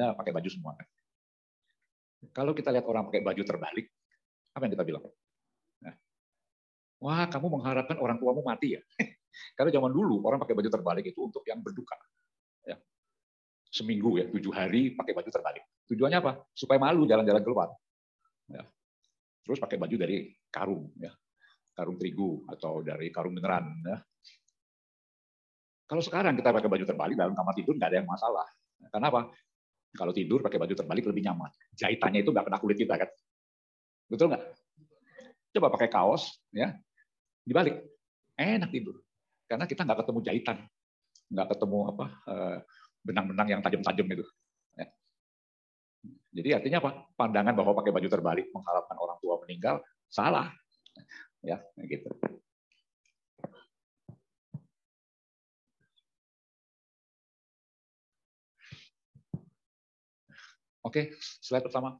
semuanya pakai baju semua. Kalau kita lihat orang pakai baju terbalik, apa yang kita bilang? Nah, wah, kamu mengharapkan orang tuamu mati ya? Karena zaman dulu orang pakai baju terbalik itu untuk yang berduka. Ya. Seminggu ya, 7 hari pakai baju terbalik. Tujuannya apa? Supaya malu jalan-jalan keluar. Ya. Terus pakai baju dari karung, ya, karung terigu atau dari karung beneran. Ya. Kalau sekarang kita pakai baju terbalik dalam kamar tidur nggak ada yang masalah. Karena apa? Kalau tidur pakai baju terbalik lebih nyaman. Jahitannya itu nggak kena kulit kita kan? Betul nggak? Coba pakai kaos, ya, dibalik, enak tidur. Karena kita nggak ketemu jahitan, nggak ketemu apa benang-benang yang tajam-tajam itu. Ya. Jadi artinya apa? Pandangan bahwa pakai baju terbalik mengharapkan orang tua meninggal salah, ya, gitu. Oke, slide pertama.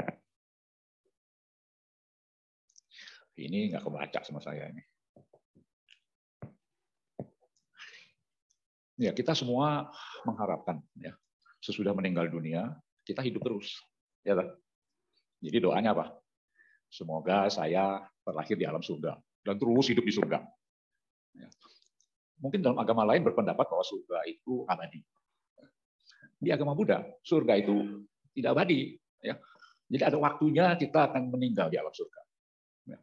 Ini nggak kebaca sama saya ini. Ya, kita semua mengharapkan ya, sesudah meninggal dunia kita hidup terus, ya kan? Jadi doanya apa? Semoga saya terlahir di alam surga dan terus hidup di surga. Ya. Mungkin dalam agama lain berpendapat bahwa surga itu abadi. Di agama Buddha, surga itu tidak abadi. Ya. Jadi ada waktunya kita akan meninggal di alam surga. Ya.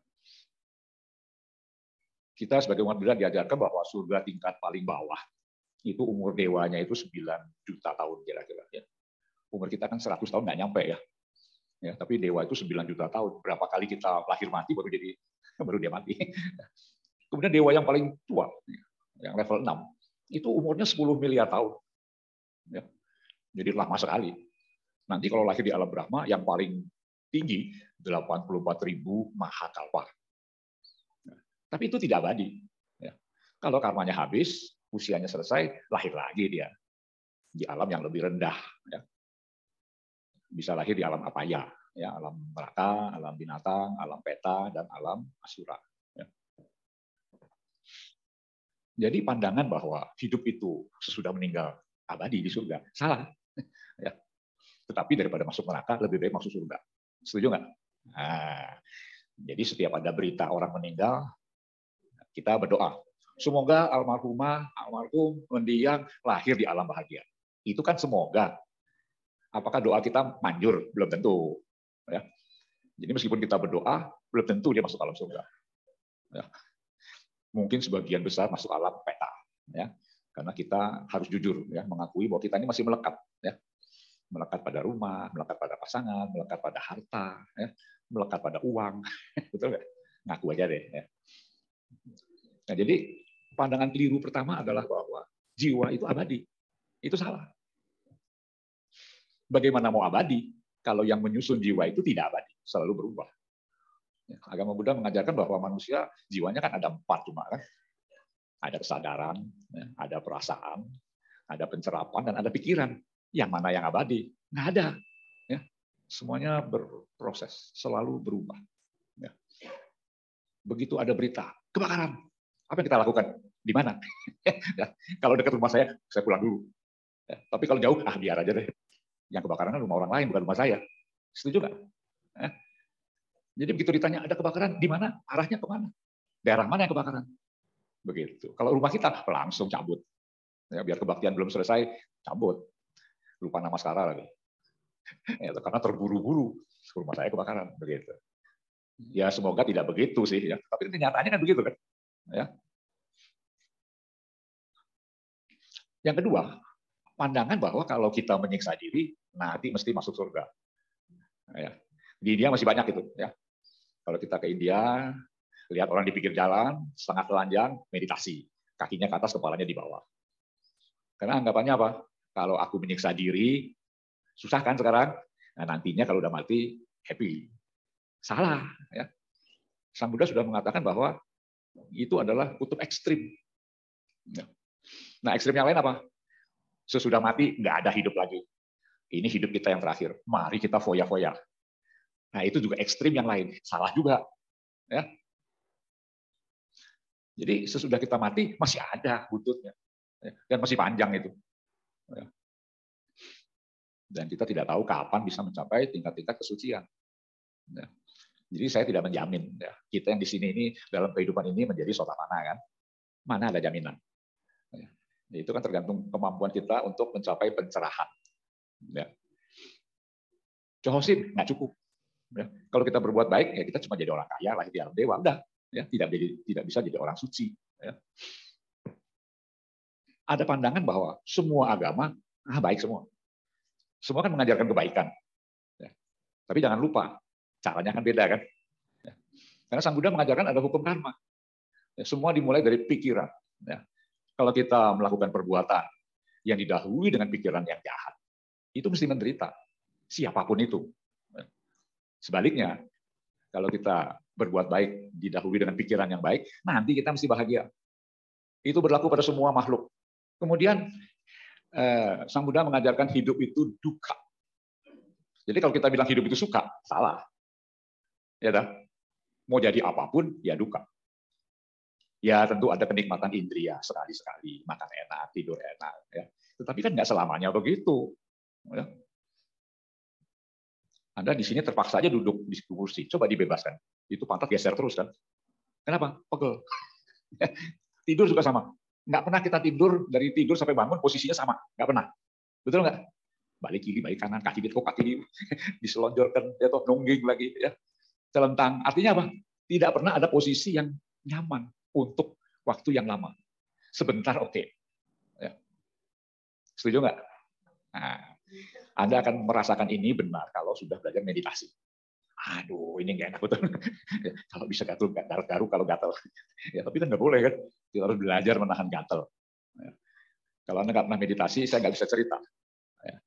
Kita sebagai umat Buddha diajarkan bahwa surga tingkat paling bawah itu umur dewanya itu 9 juta tahun kira-kira. Ya. Umur kita kan 100 tahun nggak nyampe ya. Ya, tapi dewa itu 9 juta tahun. Berapa kali kita lahir mati baru dia mati. Kemudian dewa yang paling tua, yang level 6, itu umurnya 10 miliar tahun. Ya. Jadi lama sekali. Nanti kalau lahir di alam Brahma, yang paling tinggi 84.000 Mahakalpa. Tapi itu tidak abadi. Ya. Kalau karmanya habis, usianya selesai, lahir lagi dia di alam yang lebih rendah. Ya. Bisa lahir di alam apaya, ya, alam neraka, alam binatang, alam peta, dan alam asura. Ya. Jadi pandangan bahwa hidup itu sesudah meninggal abadi di surga salah. Ya. Tetapi daripada masuk neraka lebih baik masuk surga. Setuju nggak? Nah, jadi setiap ada berita orang meninggal, kita berdoa. Semoga almarhumah, almarhum, mendiang lahir di alam bahagia. Itu kan semoga. Apakah doa kita manjur? Belum tentu. Ya. Jadi meskipun kita berdoa, belum tentu dia masuk alam surga. Ya. Mungkin sebagian besar masuk alam peta. Ya. Karena kita harus jujur ya, mengakui bahwa kita ini masih melekat. Ya. Melekat pada rumah, melekat pada pasangan, melekat pada harta, ya. Melekat pada uang. Betul nggak? Ngaku aja deh. Ya. Nah, jadi pandangan keliru pertama adalah bahwa jiwa itu abadi. Itu salah. Bagaimana mau abadi kalau yang menyusun jiwa itu tidak abadi, selalu berubah. Agama Buddha mengajarkan bahwa manusia jiwanya kan ada 4 cuma kan. Ada kesadaran, ada perasaan, ada pencerapan, dan ada pikiran. Yang mana yang abadi? Nggak ada. Ya. Semuanya berproses, selalu berubah. Ya. Begitu ada berita, kebakaran. Apa yang kita lakukan? Di mana? Ya. Kalau dekat rumah saya pulang dulu. Ya. Tapi kalau jauh, biar aja deh. Yang kebakaran kan rumah orang lain, bukan rumah saya. Setuju nggak? Jadi begitu ditanya ada kebakaran, di mana? Arahnya ke mana? Daerah mana yang kebakaran? Begitu. Kalau rumah kita langsung cabut. Ya, biar kebaktian belum selesai, cabut. Lupa nama sekarang lagi. Ya, karena terburu-buru rumah saya kebakaran. Begitu. Ya semoga tidak begitu sih. Ya. Tapi kenyataannya kan begitu kan. Ya. Yang kedua, pandangan bahwa kalau kita menyiksa diri, nanti mesti masuk surga. Ya. Di India masih banyak itu. Ya. Kalau kita ke India, lihat orang di pinggir jalan, setengah telanjang, meditasi. Kakinya ke atas, kepalanya di bawah. Karena anggapannya apa? Kalau aku menyiksa diri, susah kan sekarang? Nah, nantinya kalau udah mati, happy. Salah. Ya. Sang Buddha sudah mengatakan bahwa itu adalah kutub ekstrim. Ya. Nah, ekstrim yang lain apa? Sesudah mati, nggak ada hidup lagi. Ini hidup kita yang terakhir. Mari kita foya-foya. Nah, itu juga ekstrim yang lain. Salah juga. Ya. Jadi sesudah kita mati, masih ada buntutnya. Dan masih panjang itu. Dan kita tidak tahu kapan bisa mencapai tingkat-tingkat kesucian. Ya. Jadi saya tidak menjamin ya, kita yang di sini ini dalam kehidupan ini menjadi sotamana kan, mana ada jaminan. Ya. Itu kan tergantung kemampuan kita untuk mencapai pencerahan. Ya. Cohosin nggak cukup. Ya. Kalau kita berbuat baik ya kita cuma jadi orang kaya, lahir di alam dewa, udah. Ya, tidak bisa jadi orang suci. Ya. Ada pandangan bahwa semua agama baik semua. Semua kan mengajarkan kebaikan. Ya. Tapi jangan lupa caranya kan beda kan. Ya. Karena Sang Buddha mengajarkan ada hukum karma. Ya, semua dimulai dari pikiran. Ya. Kalau kita melakukan perbuatan yang didahului dengan pikiran yang jahat, itu mesti menderita. Siapapun itu. Ya. Sebaliknya, kalau kita berbuat baik didahului dengan pikiran yang baik, nanti kita mesti bahagia. Itu berlaku pada semua makhluk. Kemudian Sang Buddha mengajarkan hidup itu duka. Jadi kalau kita bilang hidup itu suka, salah. Ya dah. Mau jadi apapun, ya duka. Ya tentu ada kenikmatan indria sekali-sekali, makan enak, tidur enak. Ya. Tetapi kan nggak selamanya begitu. Ya. Anda di sini terpaksa aja duduk di kursi, coba dibebaskan. Itu pantat geser terus kan. Kenapa? Pegel. Tidur juga sama. Nggak pernah kita tidur, dari tidur sampai bangun posisinya sama. Nggak pernah. Betul nggak? Balik kiri, balik kanan, kaki kiri, kaki diselonjorkan, atau nungging lagi. Ya. Celentang. Artinya apa? Tidak pernah ada posisi yang nyaman untuk waktu yang lama. Sebentar oke. Ya. Setuju nggak? Nah, Anda akan merasakan ini benar kalau sudah belajar meditasi. Aduh, ini nggak enak betul. Kalau bisa gatel, garuk-garuk kalau gatel. Ya, tapi kan nggak boleh kan. Kita harus belajar menahan gatel. Ya. Kalau Anda nggak pernah meditasi, saya nggak bisa cerita. Ya.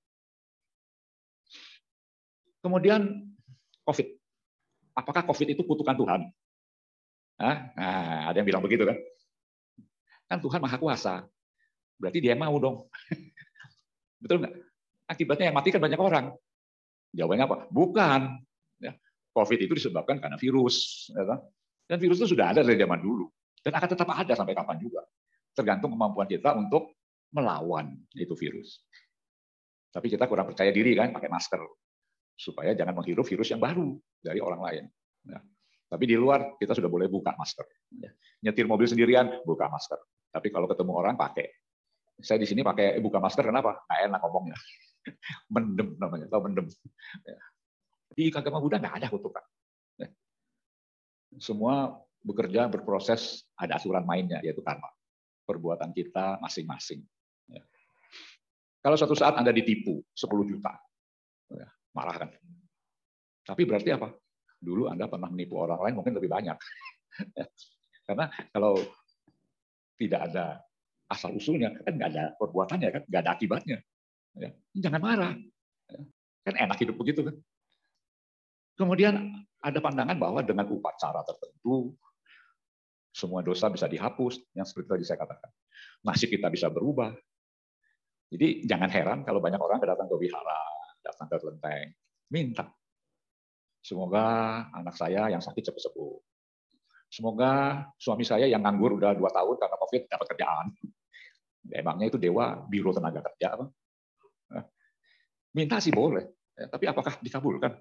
Kemudian COVID. Apakah COVID itu kutukan Tuhan? Nah, ada yang bilang begitu kan? Kan Tuhan Maha Kuasa. Berarti dia mau dong. Betul nggak? Akibatnya yang mati kan banyak orang. Jawabannya apa? Bukan. Ya. COVID itu disebabkan karena virus. Ya kan? Dan virus itu sudah ada dari zaman dulu. Dan akan tetap ada sampai kapan juga. Tergantung kemampuan kita untuk melawan itu virus. Tapi kita kurang percaya diri kan, pakai masker. Supaya jangan menghirup virus yang baru dari orang lain. Ya. Tapi di luar kita sudah boleh buka masker. Ya. Nyetir mobil sendirian, buka masker. Tapi kalau ketemu orang pakai. Saya di sini pakai buka masker, kenapa? Nggak enak ngomongnya. Mendem namanya, tahu mendem. Ya. Di agama Buddha nggak ada kutukan. Ya. Semua bekerja, berproses, ada asuran mainnya, yaitu karma. Perbuatan kita masing-masing. Ya. Kalau suatu saat Anda ditipu 10 juta, ya, marah kan? Tapi berarti apa? Dulu Anda pernah menipu orang lain mungkin lebih banyak. Karena kalau tidak ada asal usulnya, kan nggak ada perbuatannya, kan nggak ada akibatnya. Ya. Jangan marah. Kan enak hidup begitu kan. Kemudian ada pandangan bahwa dengan upacara tertentu semua dosa bisa dihapus, yang seperti tadi saya katakan. Nasib kita bisa berubah. Jadi jangan heran kalau banyak orang datang ke wihara, datang ke kelenteng, minta. Semoga anak saya yang sakit cepat sembuh. Semoga suami saya yang nganggur udah 2 tahun karena COVID dapat kerjaan. Emangnya itu dewa biro tenaga kerja apa? Minta sih boleh, tapi apakah dikabulkan?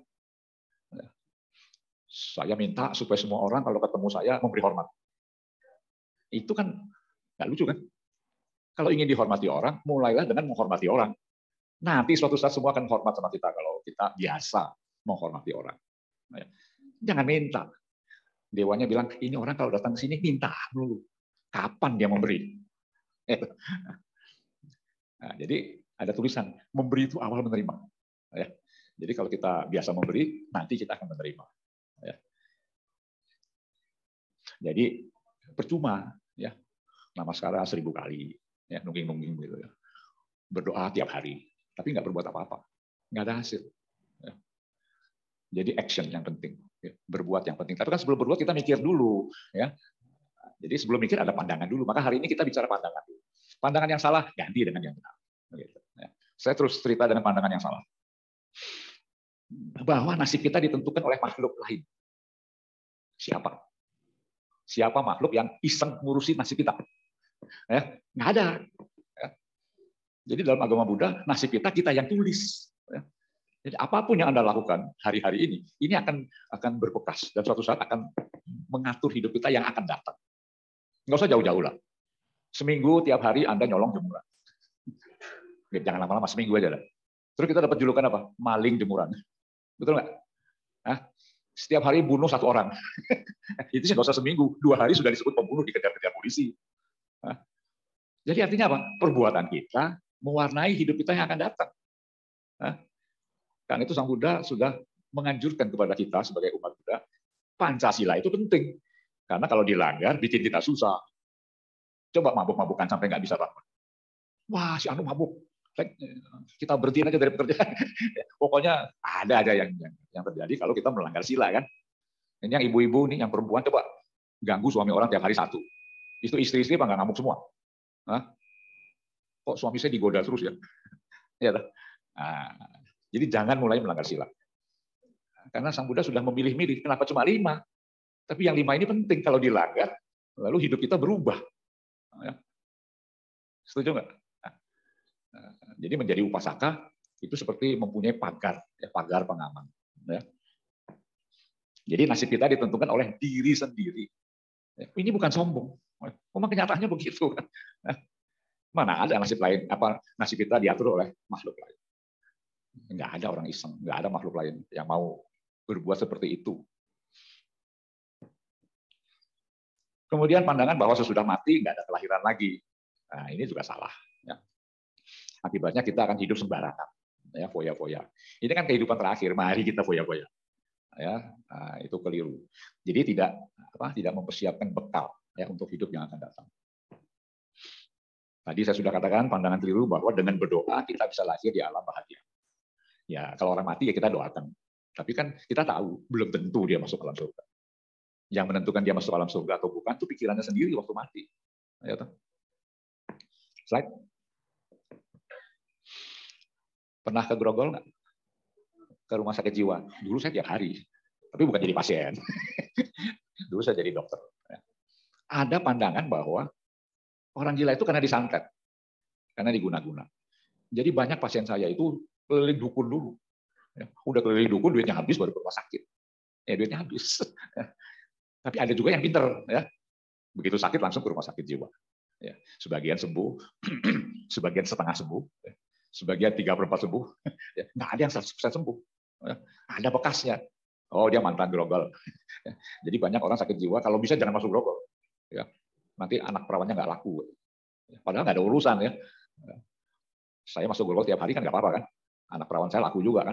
Saya minta supaya semua orang kalau ketemu saya memberi hormat. Itu kan nggak lucu kan? Kalau ingin dihormati orang, mulailah dengan menghormati orang. Nanti suatu saat semua akan hormat sama kita kalau kita biasa menghormati orang. Jangan minta. Dewanya bilang, ini orang kalau datang ke sini minta dulu. Kapan dia memberi? Nah, jadi ada tulisan, memberi itu awal menerima. Jadi kalau kita biasa memberi, nanti kita akan menerima. Jadi percuma, ya, namaskara 1000 kali, ya, nungging-nungging gitu ya, berdoa tiap hari, tapi nggak berbuat apa-apa, nggak ada hasil. Ya. Jadi action yang penting, ya, berbuat yang penting. Tapi kan sebelum berbuat kita mikir dulu, ya. Jadi sebelum mikir ada pandangan dulu. Maka hari ini kita bicara pandangan dulu. Pandangan yang salah ganti dengan yang benar. Gitu, ya. Saya terus cerita dengan pandangan yang salah. Bahwa nasib kita ditentukan oleh makhluk lain. Siapa? Siapa makhluk yang iseng ngurusi nasib kita? Ya, nggak ada. Ya. Jadi dalam agama Buddha, nasib kita yang tulis. Ya. Jadi apapun yang Anda lakukan hari-hari ini akan berbekas dan suatu saat akan mengatur hidup kita yang akan datang. Nggak usah jauh-jauh lah. Seminggu tiap hari Anda nyolong jemuran. Jangan lama-lama, seminggu aja lah. Terus kita dapat julukan apa? Maling jemuran. Betul nggak? Hah? Setiap hari bunuh satu orang. Itu sih nggak usah seminggu. 2 hari sudah disebut pembunuh, dikejar-kejar polisi. Hah? Jadi artinya apa? Perbuatan kita mewarnai hidup kita yang akan datang. Hah? Karena itu Sang Buddha sudah menganjurkan kepada kita sebagai umat Buddha, Pancasila itu penting. Karena kalau dilanggar, bikin kita susah. Coba mabuk-mabukan sampai nggak bisa bangun. Wah, si Anu mabuk. Kita berhentiin aja dari pekerjaan. Pokoknya ada aja yang terjadi kalau kita melanggar sila kan. Ini yang ibu-ibu nih, yang perempuan coba ganggu suami orang tiap hari satu. Itu istri-istri apa nggak ngamuk semua? Hah? Kok suami saya digoda terus ya? Ya, nah, jadi jangan mulai melanggar sila. Karena Sang Buddha sudah memilih-milih. Kenapa cuma 5? Tapi yang 5 ini penting. Kalau dilanggar, lalu hidup kita berubah. Setuju nggak? Jadi menjadi upasaka itu seperti mempunyai pagar, pagar pengaman. Jadi nasib kita ditentukan oleh diri sendiri. Ini bukan sombong. Memang kenyataannya begitu. Mana ada nasib lain? Apa nasib kita diatur oleh makhluk lain? Nggak ada orang iseng, nggak ada makhluk lain yang mau berbuat seperti itu. Kemudian pandangan bahwa sesudah mati nggak ada kelahiran lagi. Nah, ini juga salah. Ya. Akibatnya kita akan hidup sembarangan, ya, foya-foya. Ini kan kehidupan terakhir, mari kita foya-foya. Ya, nah, itu keliru. Jadi tidak mempersiapkan bekal ya untuk hidup yang akan datang. Tadi saya sudah katakan pandangan keliru bahwa dengan berdoa kita bisa lahir di alam bahagia. Ya, kalau orang mati ya kita doakan. Tapi kan kita tahu belum tentu dia masuk alam surga. Yang menentukan dia masuk alam surga atau bukan itu pikirannya sendiri waktu mati. Ya, slide. Pernah ke Grogol nggak? Ke rumah sakit jiwa. Dulu saya tiap hari, tapi bukan jadi pasien. Dulu saya jadi dokter. Ada pandangan bahwa orang gila itu karena disantet, karena diguna-guna. Jadi banyak pasien saya itu keliling dukun dulu. Udah keliling dukun, duitnya habis baru ke rumah sakit. Ya, duitnya habis. Tapi ada juga yang pinter, ya. Begitu sakit langsung ke rumah sakit jiwa. Ya, sebagian sembuh, sebagian setengah sembuh, sebagian 3/4 sembuh. Ya, nggak ada yang 100% sembuh. Ya, ada bekasnya. Oh, dia mantan Grogol. Jadi banyak orang sakit jiwa, kalau bisa jangan masuk Grogol. Ya, nanti anak perawannya nggak laku. Padahal nggak ada urusan ya. Saya masuk Grogol tiap hari kan nggak apa-apa kan. Anak perawan saya laku juga kan.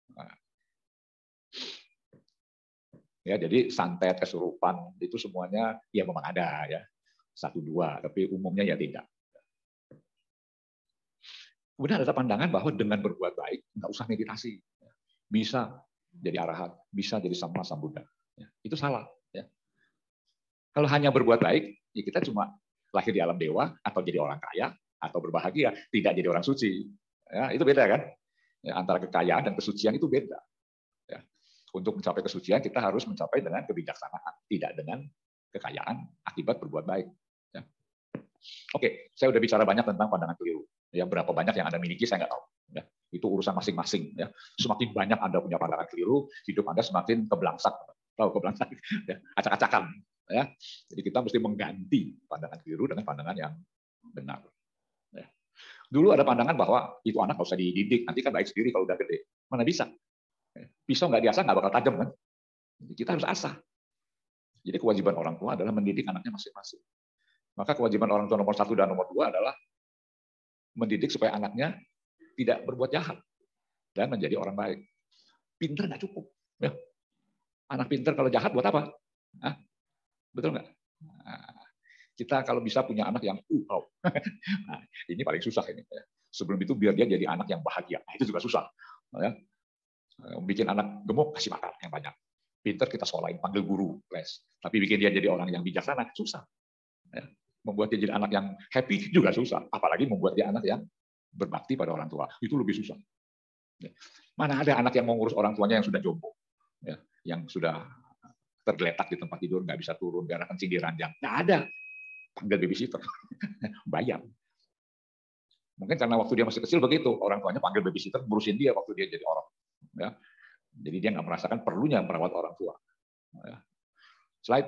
Ya, jadi santet, kesurupan itu semuanya ya memang ada ya. 1-2, tapi umumnya ya tidak. Kemudian ada pandangan bahwa dengan berbuat baik nggak usah meditasi. Bisa jadi arahat, bisa jadi sama Buddha. Ya, itu salah. Ya. Kalau hanya berbuat baik, ya kita cuma lahir di alam dewa atau jadi orang kaya atau berbahagia, tidak jadi orang suci. Ya, itu beda kan? Ya, antara kekayaan dan kesucian itu beda. Ya. Untuk mencapai kesucian kita harus mencapai dengan kebijaksanaan, tidak dengan kekayaan akibat berbuat baik. Ya. Oke, saya udah bicara banyak tentang pandangan keliru. Ya, berapa banyak yang Anda miliki saya nggak tahu. Ya, itu urusan masing-masing. Ya. Semakin banyak Anda punya pandangan keliru, hidup Anda semakin kebelangsak. Tahu kebelangsak? Ya, acak-acakan. Ya. Jadi kita mesti mengganti pandangan keliru dengan pandangan yang benar. Ya. Dulu ada pandangan bahwa itu anak nggak usah dididik, nanti kan baik sendiri kalau udah gede. Mana bisa? Pisau nggak diasah nggak bakal tajam kan? Jadi kita harus asah. Jadi kewajiban orang tua adalah mendidik anaknya masing-masing. Maka kewajiban orang tua nomor 1 dan nomor 2 adalah mendidik supaya anaknya tidak berbuat jahat dan menjadi orang baik. Pinter nggak cukup. Ya. Anak pinter kalau jahat buat apa? Hah? Betul nggak? Nah, kita kalau bisa punya anak yang nah, ini paling susah ini. Sebelum itu biar dia jadi anak yang bahagia. Nah, itu juga susah. Ya. Bikin anak gemuk, kasih makan yang banyak. Pinter kita sekolahin, panggil guru, les. Tapi bikin dia jadi orang yang bijaksana, susah. Ya. Membuat dia jadi anak yang happy juga susah. Apalagi membuat dia anak yang berbakti pada orang tua. Itu lebih susah. Ya. Mana ada anak yang mau ngurus orang tuanya yang sudah jompo. Ya. Yang sudah tergeletak di tempat tidur, nggak bisa turun, biar kencing di ranjang. Nggak ada. Panggil babysitter. Bayar. Mungkin karena waktu dia masih kecil begitu, orang tuanya panggil babysitter, ngurusin dia waktu dia jadi orang. Ya. Jadi dia nggak merasakan perlunya merawat orang tua. Ya. Slide.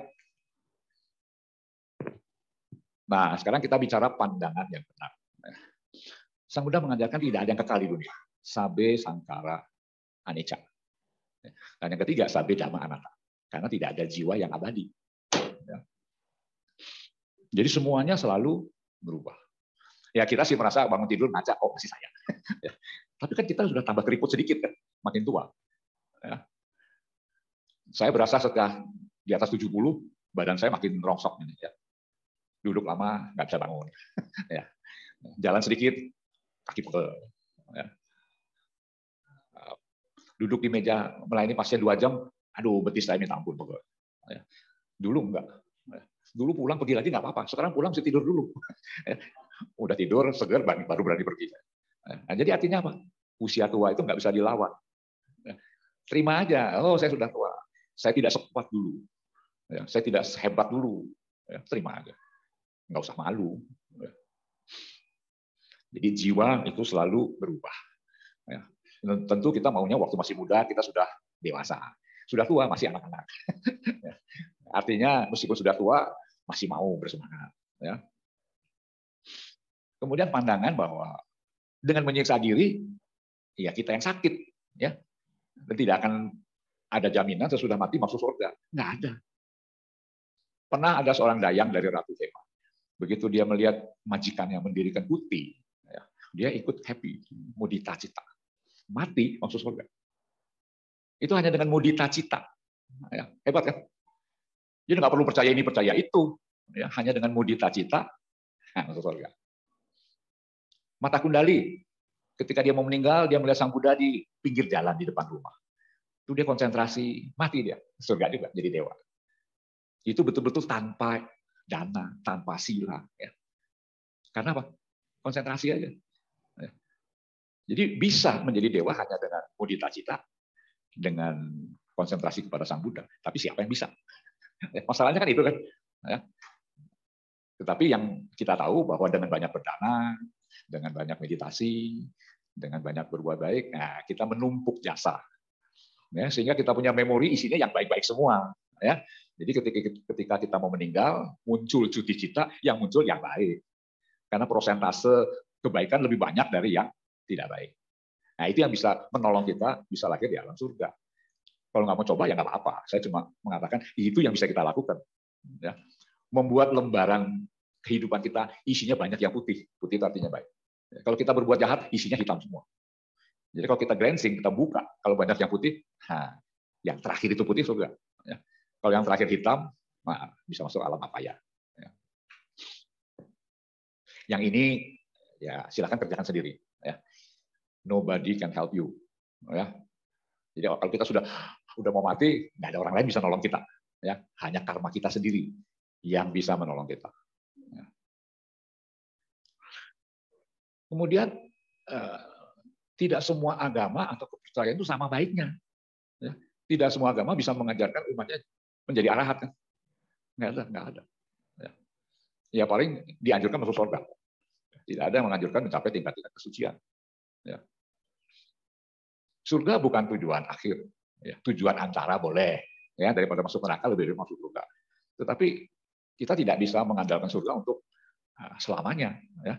Nah, sekarang kita bicara pandangan yang benar. Sang Buddha mengajarkan tidak ada yang kekal di dunia. Sabe sangkara anicca. Dan yang ketiga, sabe dhamma anatta. Karena tidak ada jiwa yang abadi. Ya. Jadi semuanya selalu berubah. Ya kita sih merasa bangun tidur ngaca, oh masih saya. Ya. Tapi kan kita sudah tambah keriput sedikit kan, makin tua. Ya. Saya berasa setelah di atas 70, badan saya makin rongsok. Ya. Duduk lama, nggak bisa bangun. Ya. Jalan sedikit, kaki pegel. Ya. Duduk di meja melayani pasien 2 jam, aduh betis saya minta ampun pegel. Ya. Dulu enggak. Ya. Dulu pulang pergi lagi nggak apa-apa. Sekarang pulang mesti tidur dulu. Ya. Udah tidur, seger, baru berani pergi. Nah, jadi artinya apa? Usia tua itu nggak bisa dilawan. Ya. Terima aja, oh saya sudah tua. Saya tidak sekuat dulu. Ya. Saya tidak sehebat dulu. Ya. Terima aja. Nggak usah malu. Ya. Jadi jiwa itu selalu berubah. Ya. Tentu kita maunya waktu masih muda, kita sudah dewasa. Sudah tua, masih anak-anak. Ya. Artinya meskipun sudah tua, masih mau bersemangat. Ya. Kemudian pandangan bahwa dengan menyiksa diri, ya kita yang sakit, ya, dan tidak akan ada jaminan sesudah mati masuk surga. Nggak ada. Pernah ada seorang dayang dari Ratu Kema. Begitu dia melihat majikan yang mendirikan putih, ya, dia ikut happy, mudita cita, mati masuk surga. Itu hanya dengan mudita cita, ya, hebat kan? Jadi nggak perlu percaya ini percaya itu, ya, hanya dengan mudita cita masuk surga. Mata Kundali, ketika dia mau meninggal, dia melihat Sang Buddha di pinggir jalan di depan rumah. Itu dia konsentrasi, mati dia. Surga juga, jadi dewa. Itu betul-betul tanpa dana, tanpa sila. Ya. Karena apa? Konsentrasi aja. Ya. Jadi bisa menjadi dewa hanya dengan mudita cita, dengan konsentrasi kepada Sang Buddha. Tapi siapa yang bisa? Masalahnya kan itu kan. Ya. Tetapi yang kita tahu bahwa dengan banyak berdana, dengan banyak meditasi, dengan banyak berbuat baik, nah kita menumpuk jasa, ya, sehingga kita punya memori isinya yang baik-baik semua. Ya. Jadi ketika kita mau meninggal, muncul cuti cita, yang muncul yang baik, karena prosentase kebaikan lebih banyak dari yang tidak baik. Nah itu yang bisa menolong kita bisa lahir di alam surga. Kalau nggak mau coba ya nggak apa-apa. Saya cuma mengatakan itu yang bisa kita lakukan. Ya. Membuat lembaran kehidupan kita isinya banyak yang putih. Putih itu artinya baik. Kalau kita berbuat jahat, isinya hitam semua. Jadi kalau kita glancing, kita buka. Kalau banyak yang putih, nah, yang terakhir itu putih surga. Ya. Kalau yang terakhir hitam, nah, bisa masuk alam apa ya. Yang ini, ya silakan kerjakan sendiri. Ya. Nobody can help you. Ya. Jadi kalau kita sudah mau mati, nggak ada orang lain bisa nolong kita. Ya. Hanya karma kita sendiri yang bisa menolong kita. Kemudian tidak semua agama atau kepercayaan itu sama baiknya. Tidak semua agama bisa mengajarkan umatnya menjadi arahat kan? Nggak ada. Ya paling dianjurkan masuk surga. Tidak ada yang menganjurkan mencapai tingkat-tingkat kesucian. Ya. Surga bukan tujuan akhir. Ya, tujuan antara boleh. Ya, daripada masuk neraka lebih baik masuk surga. Tetapi kita tidak bisa mengandalkan surga untuk selamanya. Ya.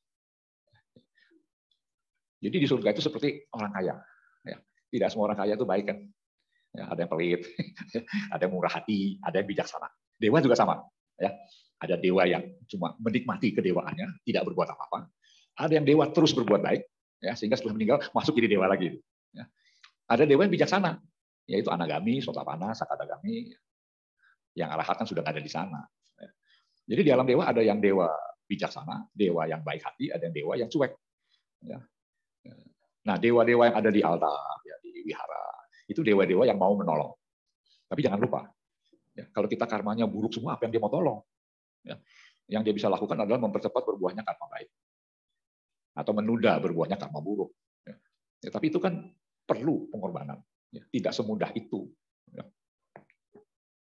Jadi di surga itu seperti orang kaya. Ya. Tidak semua orang kaya itu baik kan. Ya, ada yang pelit, ada yang murah hati, ada yang bijaksana. Dewa juga sama. Ya. Ada dewa yang cuma menikmati kedewaannya, tidak berbuat apa-apa. Ada yang dewa terus berbuat baik, ya, sehingga setelah meninggal masuk jadi dewa lagi. Ya. Ada dewa yang bijaksana, yaitu Anagami, Sotapana, Sakadagami. Yang arahat kan sudah ada di sana. Ya. Jadi di alam dewa ada yang dewa bijaksana, dewa yang baik hati, ada yang dewa yang cuek. Ya. Nah, dewa-dewa yang ada di altar, ya, di wihara, itu dewa-dewa yang mau menolong. Tapi jangan lupa, ya, kalau kita karmanya buruk semua, apa yang dia mau tolong? Ya, yang dia bisa lakukan adalah mempercepat berbuahnya karma baik. Atau menunda berbuahnya karma buruk. Ya. Ya, tapi itu kan perlu pengorbanan. Ya, tidak semudah itu. Ya.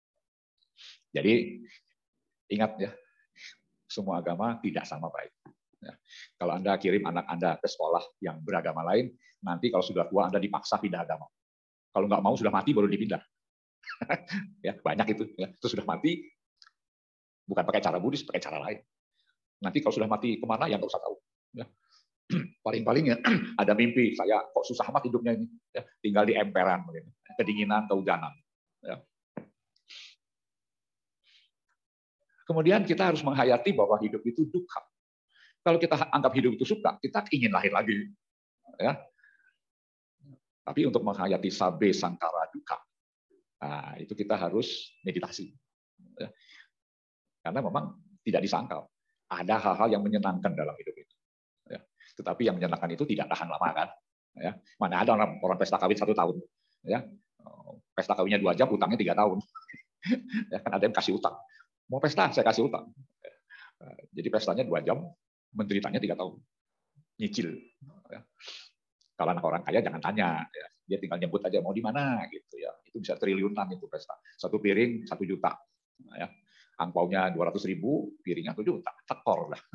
Jadi, ingat ya, semua agama tidak sama baik. Ya. Kalau Anda kirim anak Anda ke sekolah yang beragama lain, nanti kalau sudah tua Anda dipaksa pindah agama. Kalau nggak mau sudah mati baru dipindah. Ya, banyak itu. Ya. Itu sudah mati, bukan pakai cara Buddhis, pakai cara lain. Nanti kalau sudah mati kemana, yang nggak usah tahu. Ya. Paling-paling ya ada mimpi, saya kok susah amat hidupnya ini. Ya. Tinggal di emperan, kedinginan, kehujanan. Ya. Kemudian kita harus menghayati bahwa hidup itu dukkha. Kalau kita anggap hidup itu suka, kita ingin lahir lagi. Ya. Tapi untuk menghayati sabe sangkara dukkha, nah, itu kita harus meditasi. Ya. Karena memang tidak disangkal. Ada hal-hal yang menyenangkan dalam hidup itu. Ya. Tetapi yang menyenangkan itu tidak tahan lama kan. Ya. Mana ada orang pesta kawin 1 tahun. Ya. Pesta kawinnya 2 jam, utangnya 3 tahun. Ya, kan ada yang kasih utang. Mau pesta, saya kasih utang. Jadi pestanya 2 jam, menderitanya 3 tahun. Nyicil. Ya. Kalau anak orang kaya jangan tanya. Ya. Dia tinggal nyebut aja mau di mana gitu ya. Itu bisa triliunan itu pesta. 1 piring 1 juta. Ya. Angpaunya 200.000, piringnya 1 juta. Tekor lah.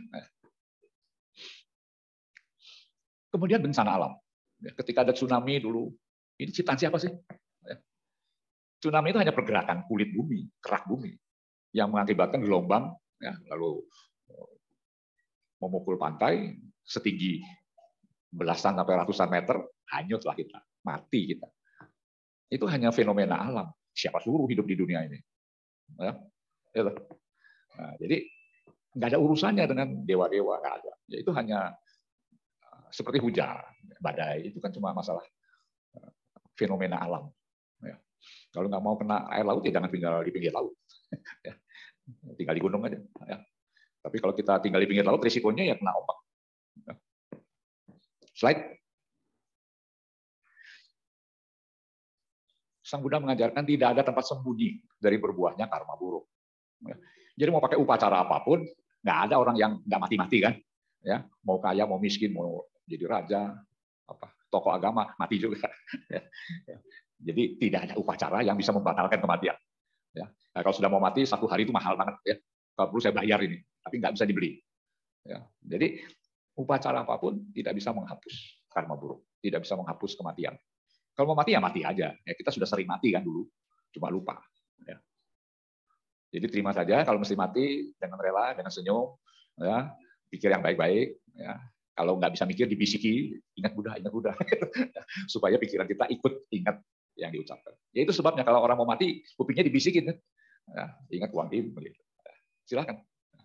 Kemudian bencana alam. Ketika ada tsunami dulu, ini ciptaan siapa sih? Tsunami itu hanya pergerakan kulit bumi, kerak bumi, yang mengakibatkan gelombang, ya, lalu memukul pantai setinggi belasan sampai ratusan meter, hanyutlah kita, mati kita. Itu hanya fenomena alam. Siapa suruh hidup di dunia ini? Ya. Nah, jadi nggak ada urusannya dengan dewa-dewa, nggak ada. Ya, itu hanya seperti hujan, badai, itu kan cuma masalah fenomena alam. Ya. Kalau nggak mau kena air laut, ya jangan tinggal di pinggir laut. Ya. Tinggal di gunung aja. Ya. Tapi kalau kita tinggal di pinggir laut, risikonya ya kena ombak. Ya. Slide. Sang Buddha mengajarkan tidak ada tempat sembunyi dari berbuahnya karma buruk. Ya. Jadi mau pakai upacara apapun, nggak ada orang yang nggak mati-mati kan. Ya. Mau kaya, mau miskin, mau jadi raja, tokoh agama, mati juga. Ya. Jadi tidak ada upacara yang bisa membatalkan kematian. Ya. Nah, kalau sudah mau mati, 1 hari itu mahal banget. Ya. Kalau perlu saya bayar ini, tapi nggak bisa dibeli. Ya. Jadi upacara apapun tidak bisa menghapus karma buruk, tidak bisa menghapus kematian. Kalau mau mati ya mati aja. Ya, kita sudah sering mati kan dulu, cuma lupa. Ya. Jadi terima saja kalau mesti mati dengan rela, dengan senyum, ya, pikir yang baik-baik. Ya. Kalau nggak bisa mikir dibisiki, ingat Buddha, supaya pikiran kita ikut ingat yang diucapkan. Ya itu sebabnya kalau orang mau mati, kupingnya dibisikin. Ya, ingat Wang Im. Silakan.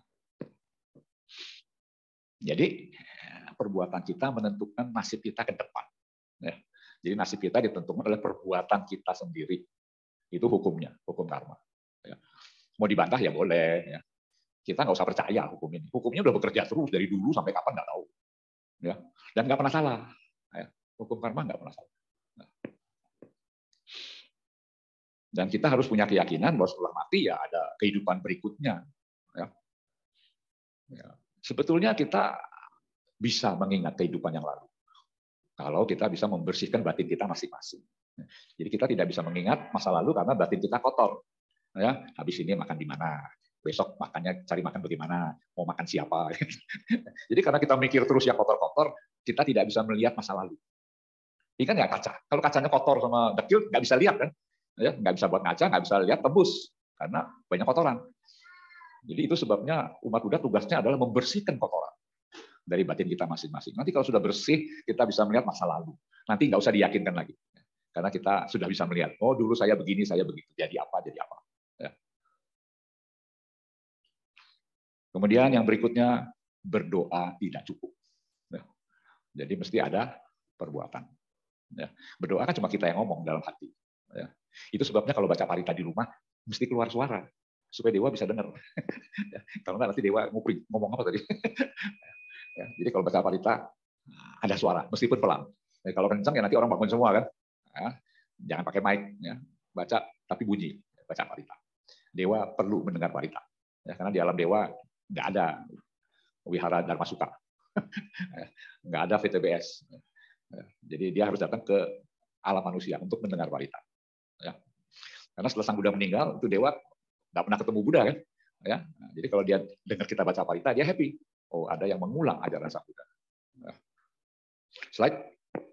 Jadi perbuatan kita menentukan nasib kita ke depan. Ya. Jadi nasib kita ditentukan oleh perbuatan kita sendiri. Itu hukumnya, hukum karma. Ya. Mau dibantah ya boleh. Ya. Kita nggak usah percaya hukum ini. Hukumnya udah bekerja terus dari dulu sampai kapan nggak tahu. Ya. Dan nggak pernah salah. Ya. Hukum karma nggak pernah salah. Nah. Dan kita harus punya keyakinan bahwa setelah mati ya ada kehidupan berikutnya. Ya. Ya. Sebetulnya kita bisa mengingat kehidupan yang lalu. Kalau kita bisa membersihkan batin kita masing-masing. Jadi kita tidak bisa mengingat masa lalu karena batin kita kotor. Ya, habis ini makan di mana? Besok makannya cari makan bagaimana? Mau makan siapa? Jadi karena kita mikir terus yang kotor-kotor, kita tidak bisa melihat masa lalu. Ini kan ya kaca. Kalau kacanya kotor sama dekil, nggak bisa lihat kan? Ya, nggak bisa buat ngaca, nggak bisa lihat tembus karena banyak kotoran. Jadi itu sebabnya umat Buddha tugasnya adalah membersihkan kotoran dari batin kita masing-masing. Nanti kalau sudah bersih, kita bisa melihat masa lalu. Nanti nggak usah diyakinkan lagi. Karena kita sudah bisa melihat, oh dulu saya begini, saya begitu. Jadi apa, jadi apa. Ya. Kemudian yang berikutnya, berdoa tidak cukup. Ya. Jadi mesti ada perbuatan. Ya. Berdoa kan cuma kita yang ngomong dalam hati. Ya. Itu sebabnya kalau baca parita di rumah, mesti keluar suara. Supaya dewa bisa dengar. Ya. Kalau nggak nanti dewa ngomong apa tadi. Ya, jadi kalau baca parita ada suara, meskipun pelan. Jadi kalau kencang ya nanti orang bangun semua kan. Ya, jangan pakai mic, ya. Baca tapi bunyi. Baca parita. Dewa perlu mendengar parita. Ya, karena di alam dewa nggak ada wihara dharma suka, nggak ada VTBS. Ya, jadi dia harus datang ke alam manusia untuk mendengar parita. Ya. Karena setelah sang Buddha meninggal, itu dewa nggak pernah ketemu Buddha kan. Ya, nah, jadi kalau dia dengar kita baca parita, dia happy. Oh, ada yang mengulang ajaran Sang Buddha. Slide.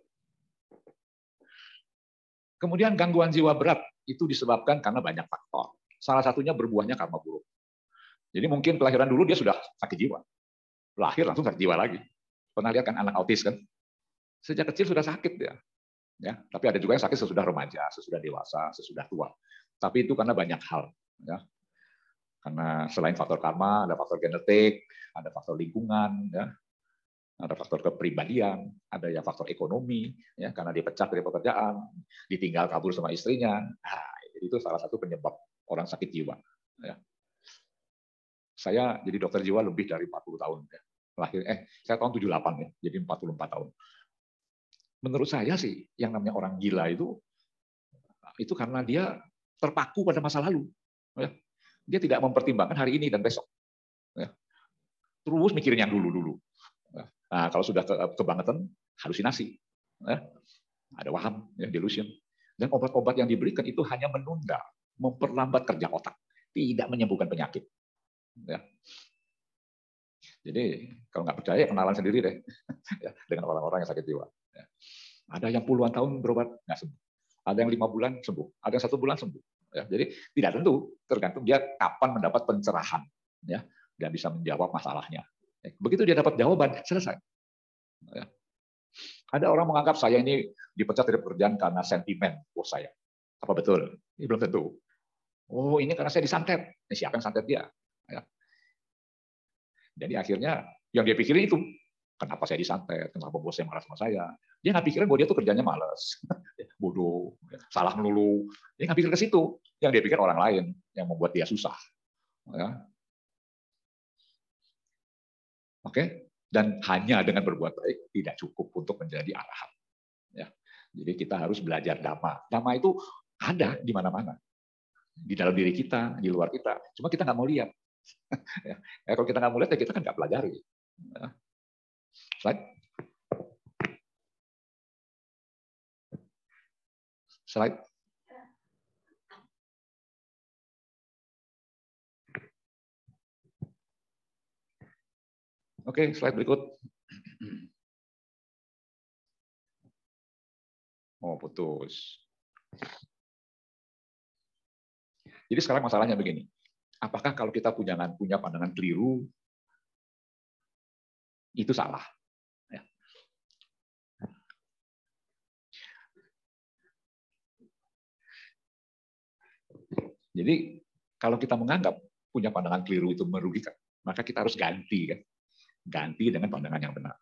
Kemudian gangguan jiwa berat itu disebabkan karena banyak faktor. Salah satunya berbuahnya karma buruk. Jadi mungkin kelahiran dulu dia sudah sakit jiwa. Lahir langsung sakit jiwa lagi. Pernah lihat kan anak autis kan? Sejak kecil sudah sakit dia. Ya, tapi ada juga yang sakit sesudah remaja, sesudah dewasa, sesudah tua. Tapi itu karena banyak hal. Ya. Karena selain faktor karma, ada faktor genetik, ada faktor lingkungan, ya. Ada faktor kepribadian, ada ya faktor ekonomi, ya, karena dia pecat dari pekerjaan, ditinggal kabur sama istrinya. Nah, itu salah satu penyebab orang sakit jiwa. Ya. Saya jadi dokter jiwa lebih dari 40 tahun. Ya. Saya tahun 78 ya, jadi 44 tahun. Menurut saya sih, yang namanya orang gila itu karena dia terpaku pada masa lalu. Ya. Dia tidak mempertimbangkan hari ini dan besok. Ya. Terus mikirin yang dulu-dulu. Nah, kalau sudah kebangetan, halusinasi. Ya. Ada waham, ya, delusion. Dan obat-obat yang diberikan itu hanya menunda, memperlambat kerja otak. Tidak menyembuhkan penyakit. Ya. Jadi, kalau nggak percaya, kenalan sendiri deh. Ya, dengan orang-orang yang sakit jiwa. Ya. Ada yang puluhan tahun berobat, nggak sembuh. Ada yang 5 bulan sembuh. Ada yang 1 bulan sembuh. Ya, jadi tidak tentu, tergantung dia kapan mendapat pencerahan, ya, dan bisa menjawab masalahnya. Begitu dia dapat jawaban, selesai. Ya. Ada orang menganggap saya ini dipecat dari pekerjaan karena sentimen bos saya. Apa betul? Ini belum tentu. Oh, ini karena saya disantet. Ini siapa yang santet dia? Ya. Jadi akhirnya yang dia pikirin itu, kenapa saya disantet? Kenapa bos saya marah sama saya? Dia nggak pikirin bahwa dia tuh kerjanya malas, bodoh, salah melulu. Dia nggak pikir ke situ. Yang dia pikir orang lain yang membuat dia susah. Ya. Oke, dan hanya dengan berbuat baik tidak cukup untuk menjadi arahat. Ya. Jadi kita harus belajar dhamma. Dhamma itu ada di mana-mana, di dalam diri kita, di luar kita. Cuma kita nggak mau lihat. Ya. Kalau kita nggak mau lihat, ya kita kan nggak pelajari. Ya. Slide. Slide. Oke, slide berikut. Oh, putus. Jadi sekarang masalahnya begini. Apakah kalau kita punya pandangan keliru, itu salah? Ya. Jadi kalau kita menganggap punya pandangan keliru itu merugikan, maka kita harus ganti, kan? Ganti dengan pandangan yang benar.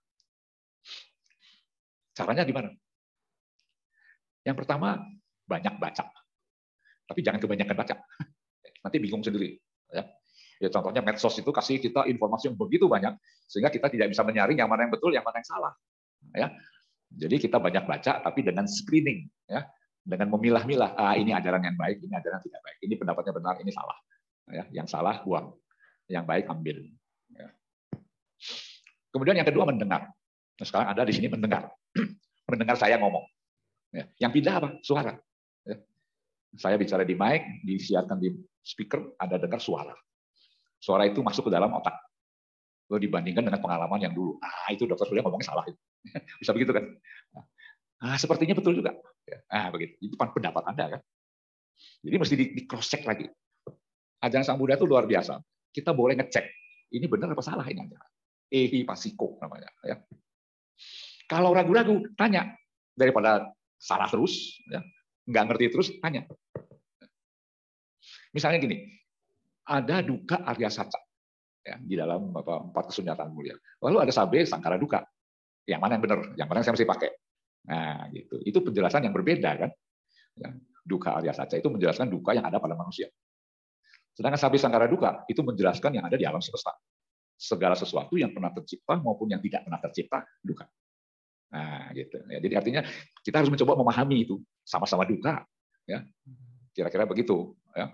Caranya gimana? Yang pertama, banyak baca. Tapi jangan kebanyakan baca. Nanti bingung sendiri. Ya, contohnya medsos itu kasih kita informasi yang begitu banyak, sehingga kita tidak bisa menyaring yang mana yang betul, yang mana yang salah. Ya. Jadi kita banyak baca, tapi dengan screening. Ya. Dengan memilah-milah, ini ajaran yang baik, ini ajaran yang tidak baik. Ini pendapatnya benar, ini salah. Ya. Yang salah, buang. Yang baik, ambil. Ya. Kemudian yang kedua, mendengar. Nah, sekarang ada di sini mendengar. Mendengar saya ngomong. Ya. Yang pindah apa? Suara. Ya. Saya bicara di mic, disiarkan di speaker, Anda dengar suara. Suara itu masuk ke dalam otak. Lalu dibandingkan dengan pengalaman yang dulu. Itu dokter Surya ngomongnya salah. Bisa begitu kan? Sepertinya betul juga. Begitu. Itu pendapat Anda kan. Jadi mesti di cross check lagi. Ajaran Sang Buddha itu luar biasa. Kita boleh ngecek. Ini benar apa salah ini ajaran. Ehi pasiko namanya. Ya. Kalau ragu-ragu, tanya. Daripada salah terus, ya. Nggak ngerti terus, tanya. Misalnya gini, ada duka Arya Saca ya, di dalam 4 kesunyataan mulia. Lalu ada sabe sangkara duka. Yang mana yang benar? Yang mana yang saya mesti pakai? Nah, gitu. Itu penjelasan yang berbeda kan. Ya, duka Arya Saca itu menjelaskan duka yang ada pada manusia. Sedangkan sabe sangkara duka itu menjelaskan yang ada di alam semesta. Segala sesuatu yang pernah tercipta maupun yang tidak pernah tercipta, duka. Nah, gitu. Ya, jadi artinya kita harus mencoba memahami itu, sama-sama duka, ya. Kira-kira begitu, ya.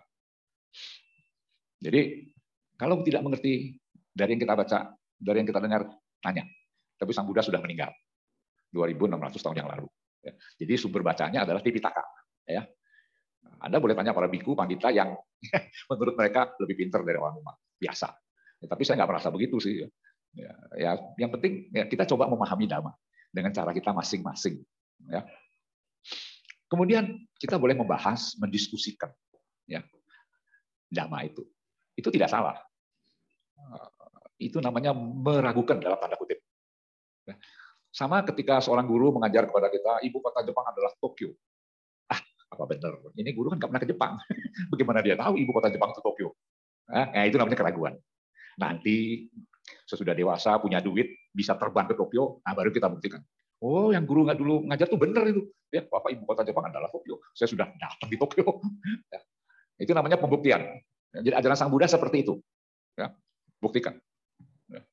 Jadi kalau tidak mengerti dari yang kita baca, dari yang kita dengar, tanya. Tapi Sang Buddha sudah meninggal 2600 tahun yang lalu. Ya. Jadi sumber bacanya adalah Tipitaka, ya. Anda boleh tanya para biku, pandita yang menurut mereka lebih pintar dari orang umat biasa. Ya, tapi saya nggak merasa begitu sih. Ya. Ya, yang penting ya, kita coba memahami Dhamma dengan cara kita masing-masing. Ya. Kemudian kita boleh membahas, mendiskusikan ya, Dhamma itu. Itu tidak salah. Itu namanya meragukan dalam tanda kutip. Sama ketika seorang guru mengajar kepada kita, ibu kota Jepang adalah Tokyo. Apa benar? Ini guru kan nggak pernah ke Jepang. Bagaimana dia tahu ibu kota Jepang itu Tokyo? Itu namanya keraguan. Nanti sesudah dewasa, punya duit, bisa terbang ke Tokyo, baru kita buktikan. Oh, yang guru nggak dulu ngajar tuh benar itu. Ya, Bapak ibu kota Jepang adalah Tokyo. Saya sudah datang di Tokyo. Ya, itu namanya pembuktian. Jadi ajaran Sang Buddha seperti itu. Ya, buktikan. Ya.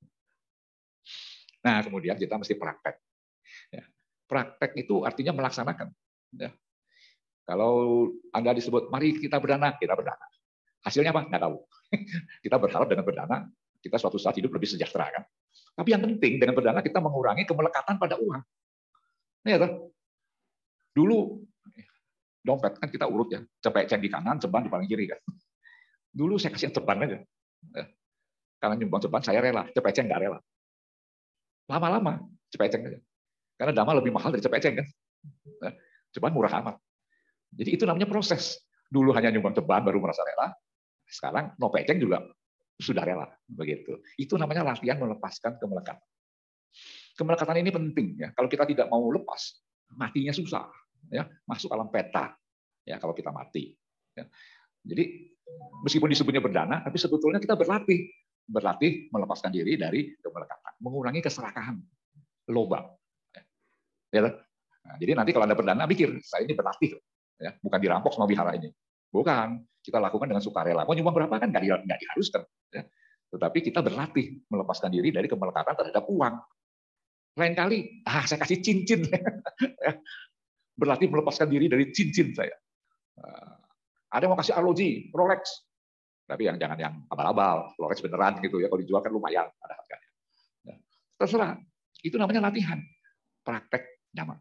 Nah, kemudian kita mesti praktek. Ya, praktek itu artinya melaksanakan. Ya. Kalau Anda disebut, mari kita berdana, kita berdana. Hasilnya apa? Nggak tahu. Kita berharap dengan berdana, kita suatu saat hidup lebih sejahtera, kan? Tapi yang penting dengan berdana kita mengurangi kemelekatan pada uang. Ya, toh? Dulu dompet kan kita urut ya, cepek di kanan, ceban di paling kiri kan. Dulu saya kasih ceban aja. Karena nyumbang ceban saya rela, cepeceng nggak rela. Lama-lama cepeceng aja. Karena Dhamma lebih mahal dari cepeceng kan. Ceban murah amat. Jadi itu namanya proses. Dulu hanya nyumbang ceban baru merasa rela. Sekarang no peceng juga sudah rela, begitu. Itu namanya latihan melepaskan kemelekatan. Kemelekatan ini penting ya. Kalau kita tidak mau lepas, matinya susah. Ya, masuk alam peta. Ya, kalau kita mati. Ya. Jadi meskipun disebutnya berdana, tapi sebetulnya kita berlatih melepaskan diri dari kemelekatan, mengurangi keserakahan, lobang. Ya. Nah, jadi nanti kalau Anda berdana, pikir saya ini berlatih, ya, bukan dirampok sama wihara ini. Bukan, kita lakukan dengan sukarela. Mau nyumbang berapa kan nggak diharuskan. Ya. Tetapi kita berlatih melepaskan diri dari kemelekatan terhadap uang. Lain kali, saya kasih cincin. Berlatih melepaskan diri dari cincin saya. Ada yang mau kasih arloji, Rolex. Tapi jangan yang abal-abal, Rolex beneran gitu ya. Kalau dijual kan lumayan ada harganya. Ya. Terserah. Itu namanya latihan. Praktek Dhamma.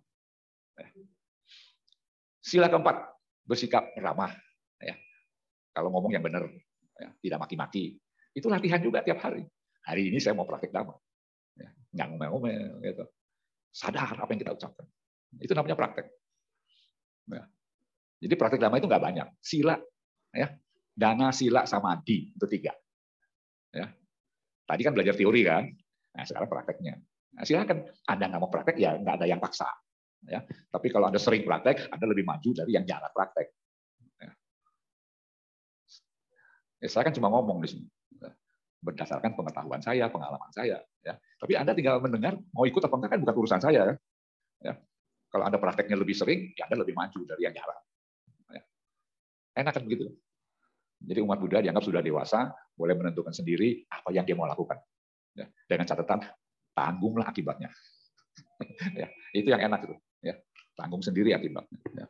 Sila keempat, bersikap ramah. Ya. Kalau ngomong yang benar, ya, tidak maki-maki. Itu latihan juga tiap hari. Hari ini saya mau praktek Dhamma. Ya. Nggak ngomel-ngomel. Gitu. Sadar apa yang kita ucapkan. Itu namanya praktek. Ya. Jadi praktek Dhamma itu nggak banyak. Sila, ya, dana, sila, samadhi itu 3. Ya. Tadi kan belajar teori kan. Nah, sekarang prakteknya. Nah, silakan. Anda nggak mau praktek ya nggak ada yang paksa. Ya. Tapi kalau Anda sering praktek, Anda lebih maju dari yang jarang praktek. Ya, saya kan cuma ngomong di sini berdasarkan pengetahuan saya, pengalaman saya. Ya. Tapi Anda tinggal mendengar, mau ikut apa enggak kan bukan urusan saya. Ya. Kalau Anda prakteknya lebih sering, ya Anda lebih maju dari yang jarang. Ya. Enak kan begitu. Jadi umat Buddha dianggap sudah dewasa, boleh menentukan sendiri apa yang dia mau lakukan. Ya. Dengan catatan, tanggunglah akibatnya. Ya. Itu yang enak itu. Ya. Tanggung sendiri akibatnya. Ya.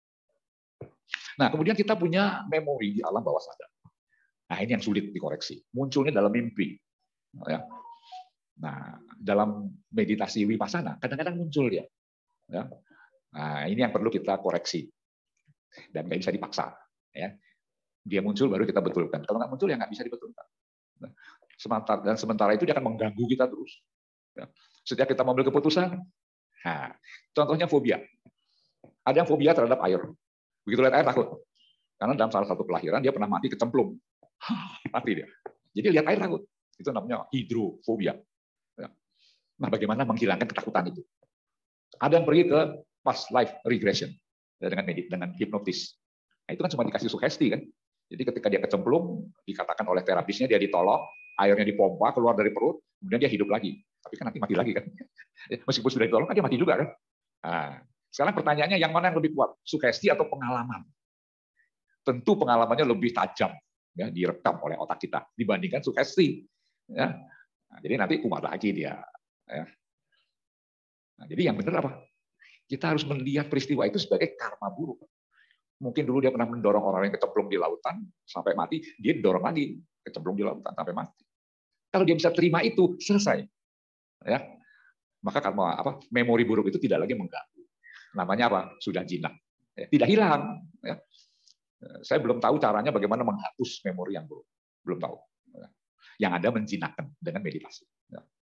Nah, kemudian kita punya memori di alam bawah sadar. Nah, ini yang sulit dikoreksi. Munculnya dalam mimpi. Ya. Nah, dalam meditasi vipassana, kadang-kadang muncul dia. Ya. Nah, ini yang perlu kita koreksi. Dan nggak bisa dipaksa. Ya. Dia muncul, baru kita betulkan. Kalau nggak muncul, ya nggak bisa dibetulkan. Nah, sementara itu dia akan mengganggu kita terus. Ya. Setiap kita mengambil keputusan, nah, contohnya fobia. Ada yang fobia terhadap air. Begitu lihat air, takut. Karena dalam salah satu kelahiran, dia pernah mati kecemplung. Mati dia. Jadi lihat air takut. Itu namanya hidrofobia. Nah, bagaimana menghilangkan ketakutan itu? Ada yang pergi ke past life regression dengan hipnotis. Nah, itu kan cuma dikasih sugesti kan. Jadi ketika dia kecemplung, dikatakan oleh terapisnya dia ditolong, airnya dipompa keluar dari perut, kemudian dia hidup lagi. Tapi kan nanti mati lagi kan. Meskipun sudah ditolong kan dia mati juga kan. Nah, sekarang pertanyaannya yang mana yang lebih kuat? Sugesti atau pengalaman? Tentu pengalamannya lebih tajam, ya, direkam oleh otak kita dibandingkan sugesti. Ya. Nah, jadi nanti kumat lagi dia. Ya. Nah, jadi yang benar apa? Kita harus melihat peristiwa itu sebagai karma buruk. Mungkin dulu dia pernah mendorong orang yang kecemplung di lautan sampai mati, dia didorong lagi kecemplung di lautan sampai mati. Kalau dia bisa terima itu, selesai. Ya. Maka karma memori buruk itu tidak lagi mengganggu. Namanya apa? Sudah jinak. Ya, tidak hilang. Ya. Saya belum tahu caranya bagaimana menghapus memori yang buruk. Belum tahu. Yang ada menjinakkan dengan meditasi.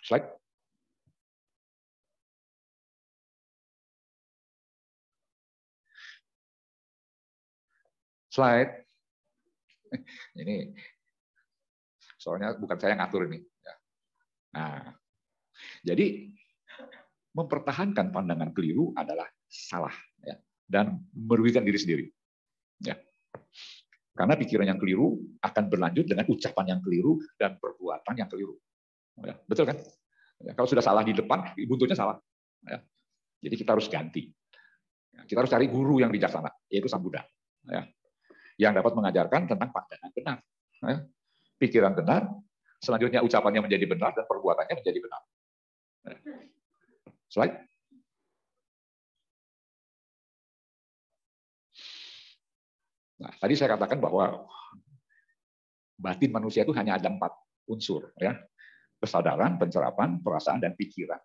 Slide. Slide. Ini soalnya bukan saya ngatur ini. Nah, jadi mempertahankan pandangan keliru adalah salah, ya, dan merugikan diri sendiri. Ya. Karena pikiran yang keliru akan berlanjut dengan ucapan yang keliru dan perbuatan yang keliru. Ya, betul kan? Ya, kalau sudah salah di depan, buntutnya salah. Ya. Jadi kita harus ganti. Ya, kita harus cari guru yang bijaksana, yaitu Sang Buddha. Ya. Yang dapat mengajarkan tentang pandangan benar. Ya. Pikiran benar, selanjutnya ucapannya menjadi benar, dan perbuatannya menjadi benar. Ya. Slide. Nah, tadi saya katakan bahwa batin manusia itu hanya ada 4 unsur, ya. Kesadaran, pencerapan, perasaan, dan pikiran.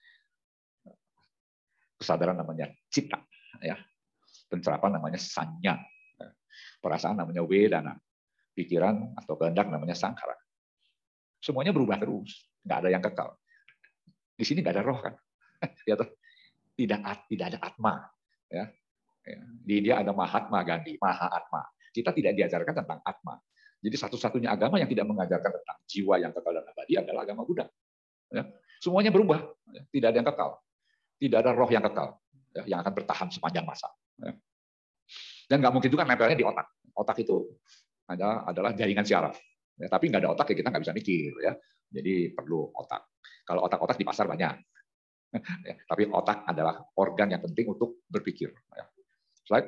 Kesadaran namanya cita, ya. Pencerapan namanya sanya, perasaan namanya wedana, pikiran atau kehendak namanya sangkara. Semuanya berubah terus, nggak ada yang kekal. Di sini nggak ada roh kan, ya, tidak ada atma, ya. Di India ada Mahatma Gandhi, Maha Atma. Kita tidak diajarkan tentang atma. Jadi satu-satunya agama yang tidak mengajarkan tentang jiwa yang kekal dan abadi adalah agama Buddha. Ya. Semuanya berubah, tidak ada yang kekal, tidak ada roh yang kekal, ya, yang akan bertahan sepanjang masa. Ya. Dan nggak mungkin juga nempelnya di otak. Otak itu adalah jaringan syaraf. Ya, tapi nggak ada otak ya kita nggak bisa mikir, ya. Jadi perlu otak. Kalau otak-otak di pasar banyak, ya, tapi otak adalah organ yang penting untuk berpikir. Ya. Slide.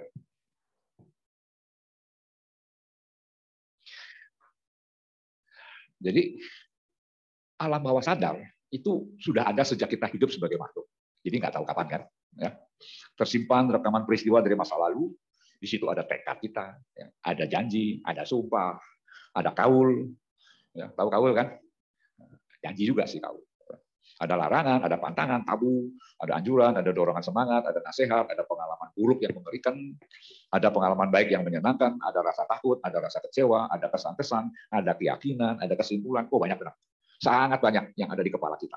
Jadi alam bawah sadar itu sudah ada sejak kita hidup sebagai makhluk. Jadi nggak tahu kapan kan. Ya. Tersimpan rekaman peristiwa dari masa lalu. Di situ ada tekad kita, ya. Ada janji, ada sumpah, ada kaul. Ya, tahu kaul kan? Janji juga sih kaul. Ada larangan, ada pantangan, tabu, ada anjuran, ada dorongan semangat, ada nasihat, ada pengalaman buruk yang mengerikan, ada pengalaman baik yang menyenangkan, ada rasa takut, ada rasa kecewa, ada kesan-kesan, ada keyakinan, ada kesimpulan. Oh, banyak benar. Sangat banyak yang ada di kepala kita.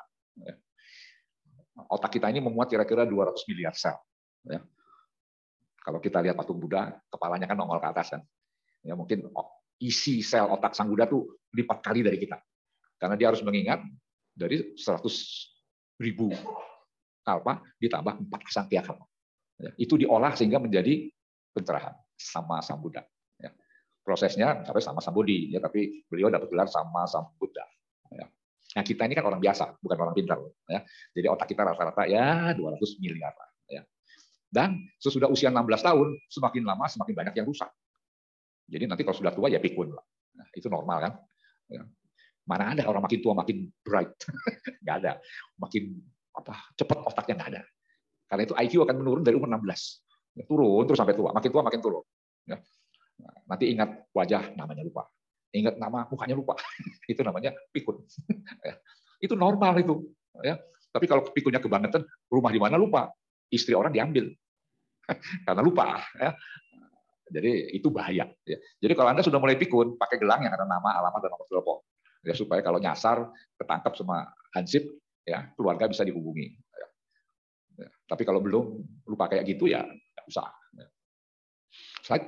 Otak kita ini memuat kira-kira 200 miliar sel. Ya. Kalau kita lihat patung Buddha, kepalanya kan nongol ke atas kan. Ya, mungkin isi sel otak Sang Buddha tuh lipat kali dari kita. Karena dia harus mengingat dari 100.000 kalpa ditambah 4 Asangkya kalpa. Ya, itu diolah sehingga menjadi pencerahan sama Sang Buddha. Ya. Prosesnya sampai sama Sang Bodhi, ya, tapi beliau dapat gelar sama Sang Buddha. Ya. Nah, kita ini kan orang biasa, bukan orang pintar. Ya. Jadi otak kita rata-rata ya 200 miliar. Ya. Dan sesudah usia 16 tahun, semakin lama semakin banyak yang rusak. Jadi nanti kalau sudah tua ya pikun. Nah, itu normal kan. Ya. Mana ada orang makin tua makin bright, nggak ada. Makin cepat otaknya nggak ada. Karena itu IQ akan menurun dari umur 16, ya, turun terus sampai tua, makin turun. Ya. Nanti ingat wajah namanya lupa, ingat nama mukanya lupa, itu namanya pikun. Ya. Itu normal itu. Ya. Tapi kalau pikunnya kebangetan, rumah di mana lupa, istri orang diambil karena lupa. Ya. Jadi itu bahaya. Ya. Jadi kalau Anda sudah mulai pikun, pakai gelang yang ada nama, alamat, dan nomor telepon. Ya, supaya kalau nyasar ketangkap sama hansip, ya keluarga bisa dihubungi. Ya. Ya. Tapi kalau belum lupa kayak gitu ya nggak usah. Ya. Slide.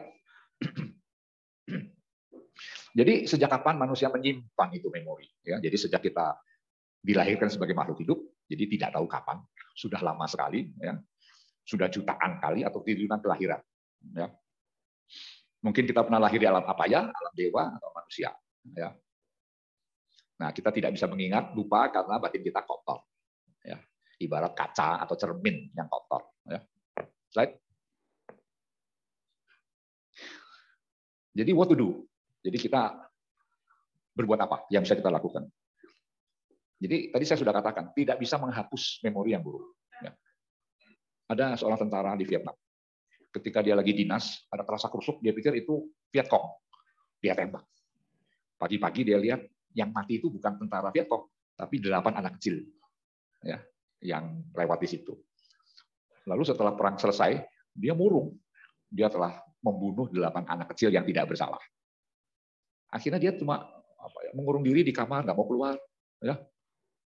Jadi sejak kapan manusia menyimpan itu memori? Ya, jadi sejak kita dilahirkan sebagai makhluk hidup, jadi tidak tahu kapan, sudah lama sekali, ya, sudah jutaan kali atau triliunan kelahiran. Ya. Mungkin kita pernah lahir di alam apa ya, alam dewa atau manusia. Ya. Nah, kita tidak bisa mengingat, lupa karena batin kita kotor. Ya. Ibarat kaca atau cermin yang kotor. Ya. Slide. Jadi what to do? Jadi kita berbuat apa yang bisa kita lakukan? Jadi tadi saya sudah katakan, tidak bisa menghapus memori yang buruk. Ya. Ada seorang tentara di Vietnam. Ketika dia lagi dinas, ada terasa kerusuk, dia pikir itu Vietcong. Dia tembak. Pagi-pagi dia lihat yang mati itu bukan tentara Vietcong, tapi 8 anak kecil, ya, yang lewat di situ. Lalu setelah perang selesai, dia murung. Dia telah membunuh 8 anak kecil yang tidak bersalah. Akhirnya dia cuma mengurung diri di kamar, nggak mau keluar. Ya.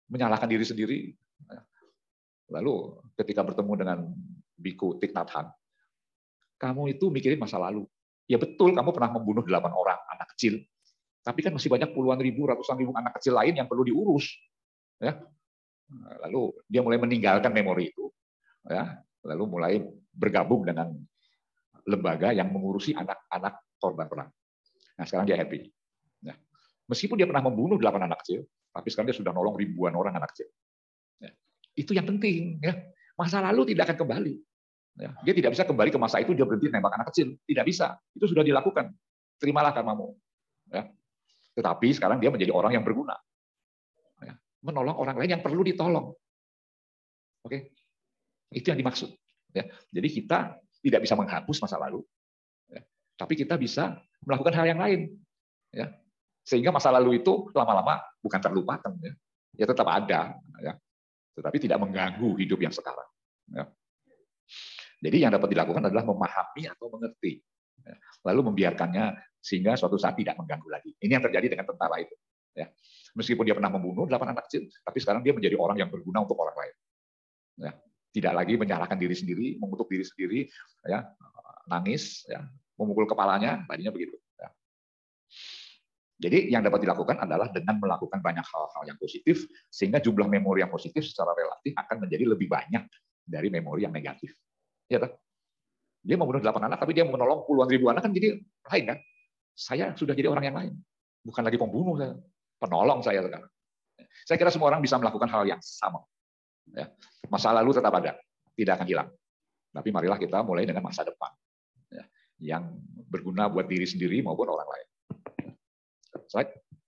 menyalahkan diri sendiri. Lalu ketika bertemu dengan Biku Thich Nhat Hanh, kamu itu mikirin masa lalu. Ya betul, kamu pernah membunuh 8 orang anak kecil, tapi kan masih banyak puluhan ribu, ratusan ribu anak kecil lain yang perlu diurus. Ya. Lalu dia mulai meninggalkan memori itu, ya. Lalu mulai bergabung dengan lembaga yang mengurusi anak-anak korban perang. Nah sekarang dia happy. Ya. Meskipun dia pernah membunuh 8 anak kecil, tapi sekarang dia sudah nolong ribuan orang anak kecil. Ya. Itu yang penting. Ya. Masa lalu tidak akan kembali. Ya, dia tidak bisa kembali ke masa itu, dia berhenti nembak anak kecil. Tidak bisa. Itu sudah dilakukan. Terimalah karmamu. Ya. Tetapi sekarang dia menjadi orang yang berguna. Ya. Menolong orang lain yang perlu ditolong. Oke, itu yang dimaksud. Ya. Jadi kita tidak bisa menghapus masa lalu, ya. Tapi kita bisa melakukan hal yang lain. Ya. Sehingga masa lalu itu lama-lama bukan terlupakan. Ya tetap ada. Ya. Tetapi tidak mengganggu hidup yang sekarang. Ya. Jadi yang dapat dilakukan adalah memahami atau mengerti, lalu membiarkannya sehingga suatu saat tidak mengganggu lagi. Ini yang terjadi dengan tentara itu. Ya. Meskipun dia pernah membunuh 8 anak kecil, tapi sekarang dia menjadi orang yang berguna untuk orang lain. Ya. Tidak lagi menyalahkan diri sendiri, mengutuk diri sendiri, ya, nangis, ya, memukul kepalanya, tadinya begitu. Ya. Jadi yang dapat dilakukan adalah dengan melakukan banyak hal-hal yang positif, sehingga jumlah memori yang positif secara relatif akan menjadi lebih banyak dari memori yang negatif. Ya, dia membunuh 8 anak, tapi dia menolong puluhan ribu anak, kan jadi lain kan? Saya sudah jadi orang yang lain, bukan lagi pembunuh, saya penolong saya sekarang. Saya kira semua orang bisa melakukan hal yang sama. Ya. Masa lalu tetap ada, tidak akan hilang. Tapi marilah kita mulai dengan masa depan, ya, yang berguna buat diri sendiri maupun orang lain. Slide.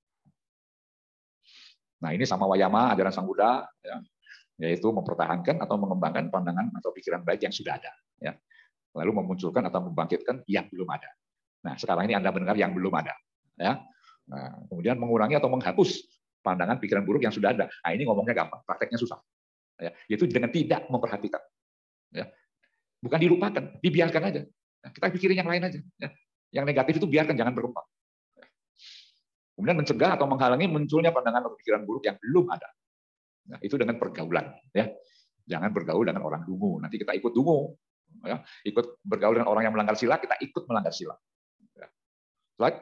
Nah ini sama Wayama, ajaran Sang Buddha, ya, yaitu mempertahankan atau mengembangkan pandangan atau pikiran baik yang sudah ada, ya. Lalu memunculkan atau membangkitkan yang belum ada. Nah, sekarang ini Anda mendengar yang belum ada, ya. Nah, kemudian mengurangi atau menghapus pandangan pikiran buruk yang sudah ada. Nah, ini ngomongnya gampang, prakteknya susah. Ya, yaitu dengan tidak memperhatikan. Ya. Bukan dilupakan, dibiarkan aja. Nah, kita pikirin yang lain aja. Ya. Yang negatif itu biarkan, jangan berkembang. Ya. Kemudian mencegah atau menghalangi munculnya pandangan atau pikiran buruk yang belum ada. Nah, itu dengan pergaulan, ya. Jangan bergaul dengan orang dungu. Nanti kita ikut dungu, ya. Ikut bergaul dengan orang yang melanggar sila, kita ikut melanggar sila. Ya. Slide.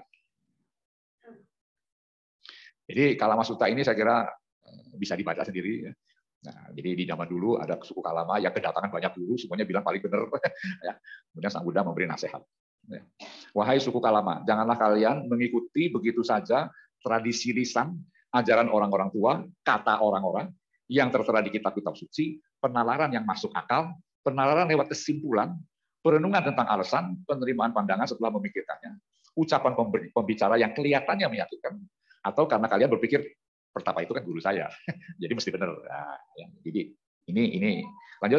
Jadi Kalama Sutta ini saya kira bisa dibaca sendiri. Ya. Nah, jadi di zaman dulu ada suku Kalama yang kedatangan banyak guru, semuanya bilang paling benar. Ya. Kemudian Sang Buddha memberi nasihat. Ya. Wahai suku Kalama, janganlah kalian mengikuti begitu saja tradisi lisan, ajaran orang-orang tua, kata orang-orang yang tertera di kitab-kitab suci, penalaran yang masuk akal, penalaran lewat kesimpulan, perenungan tentang alasan, penerimaan pandangan setelah memikirkannya, ucapan pembicara yang kelihatannya meyakinkan, atau karena kalian berpikir pertapa itu kan guru saya, jadi mesti benar. Nah, ya, jadi ini lanjut.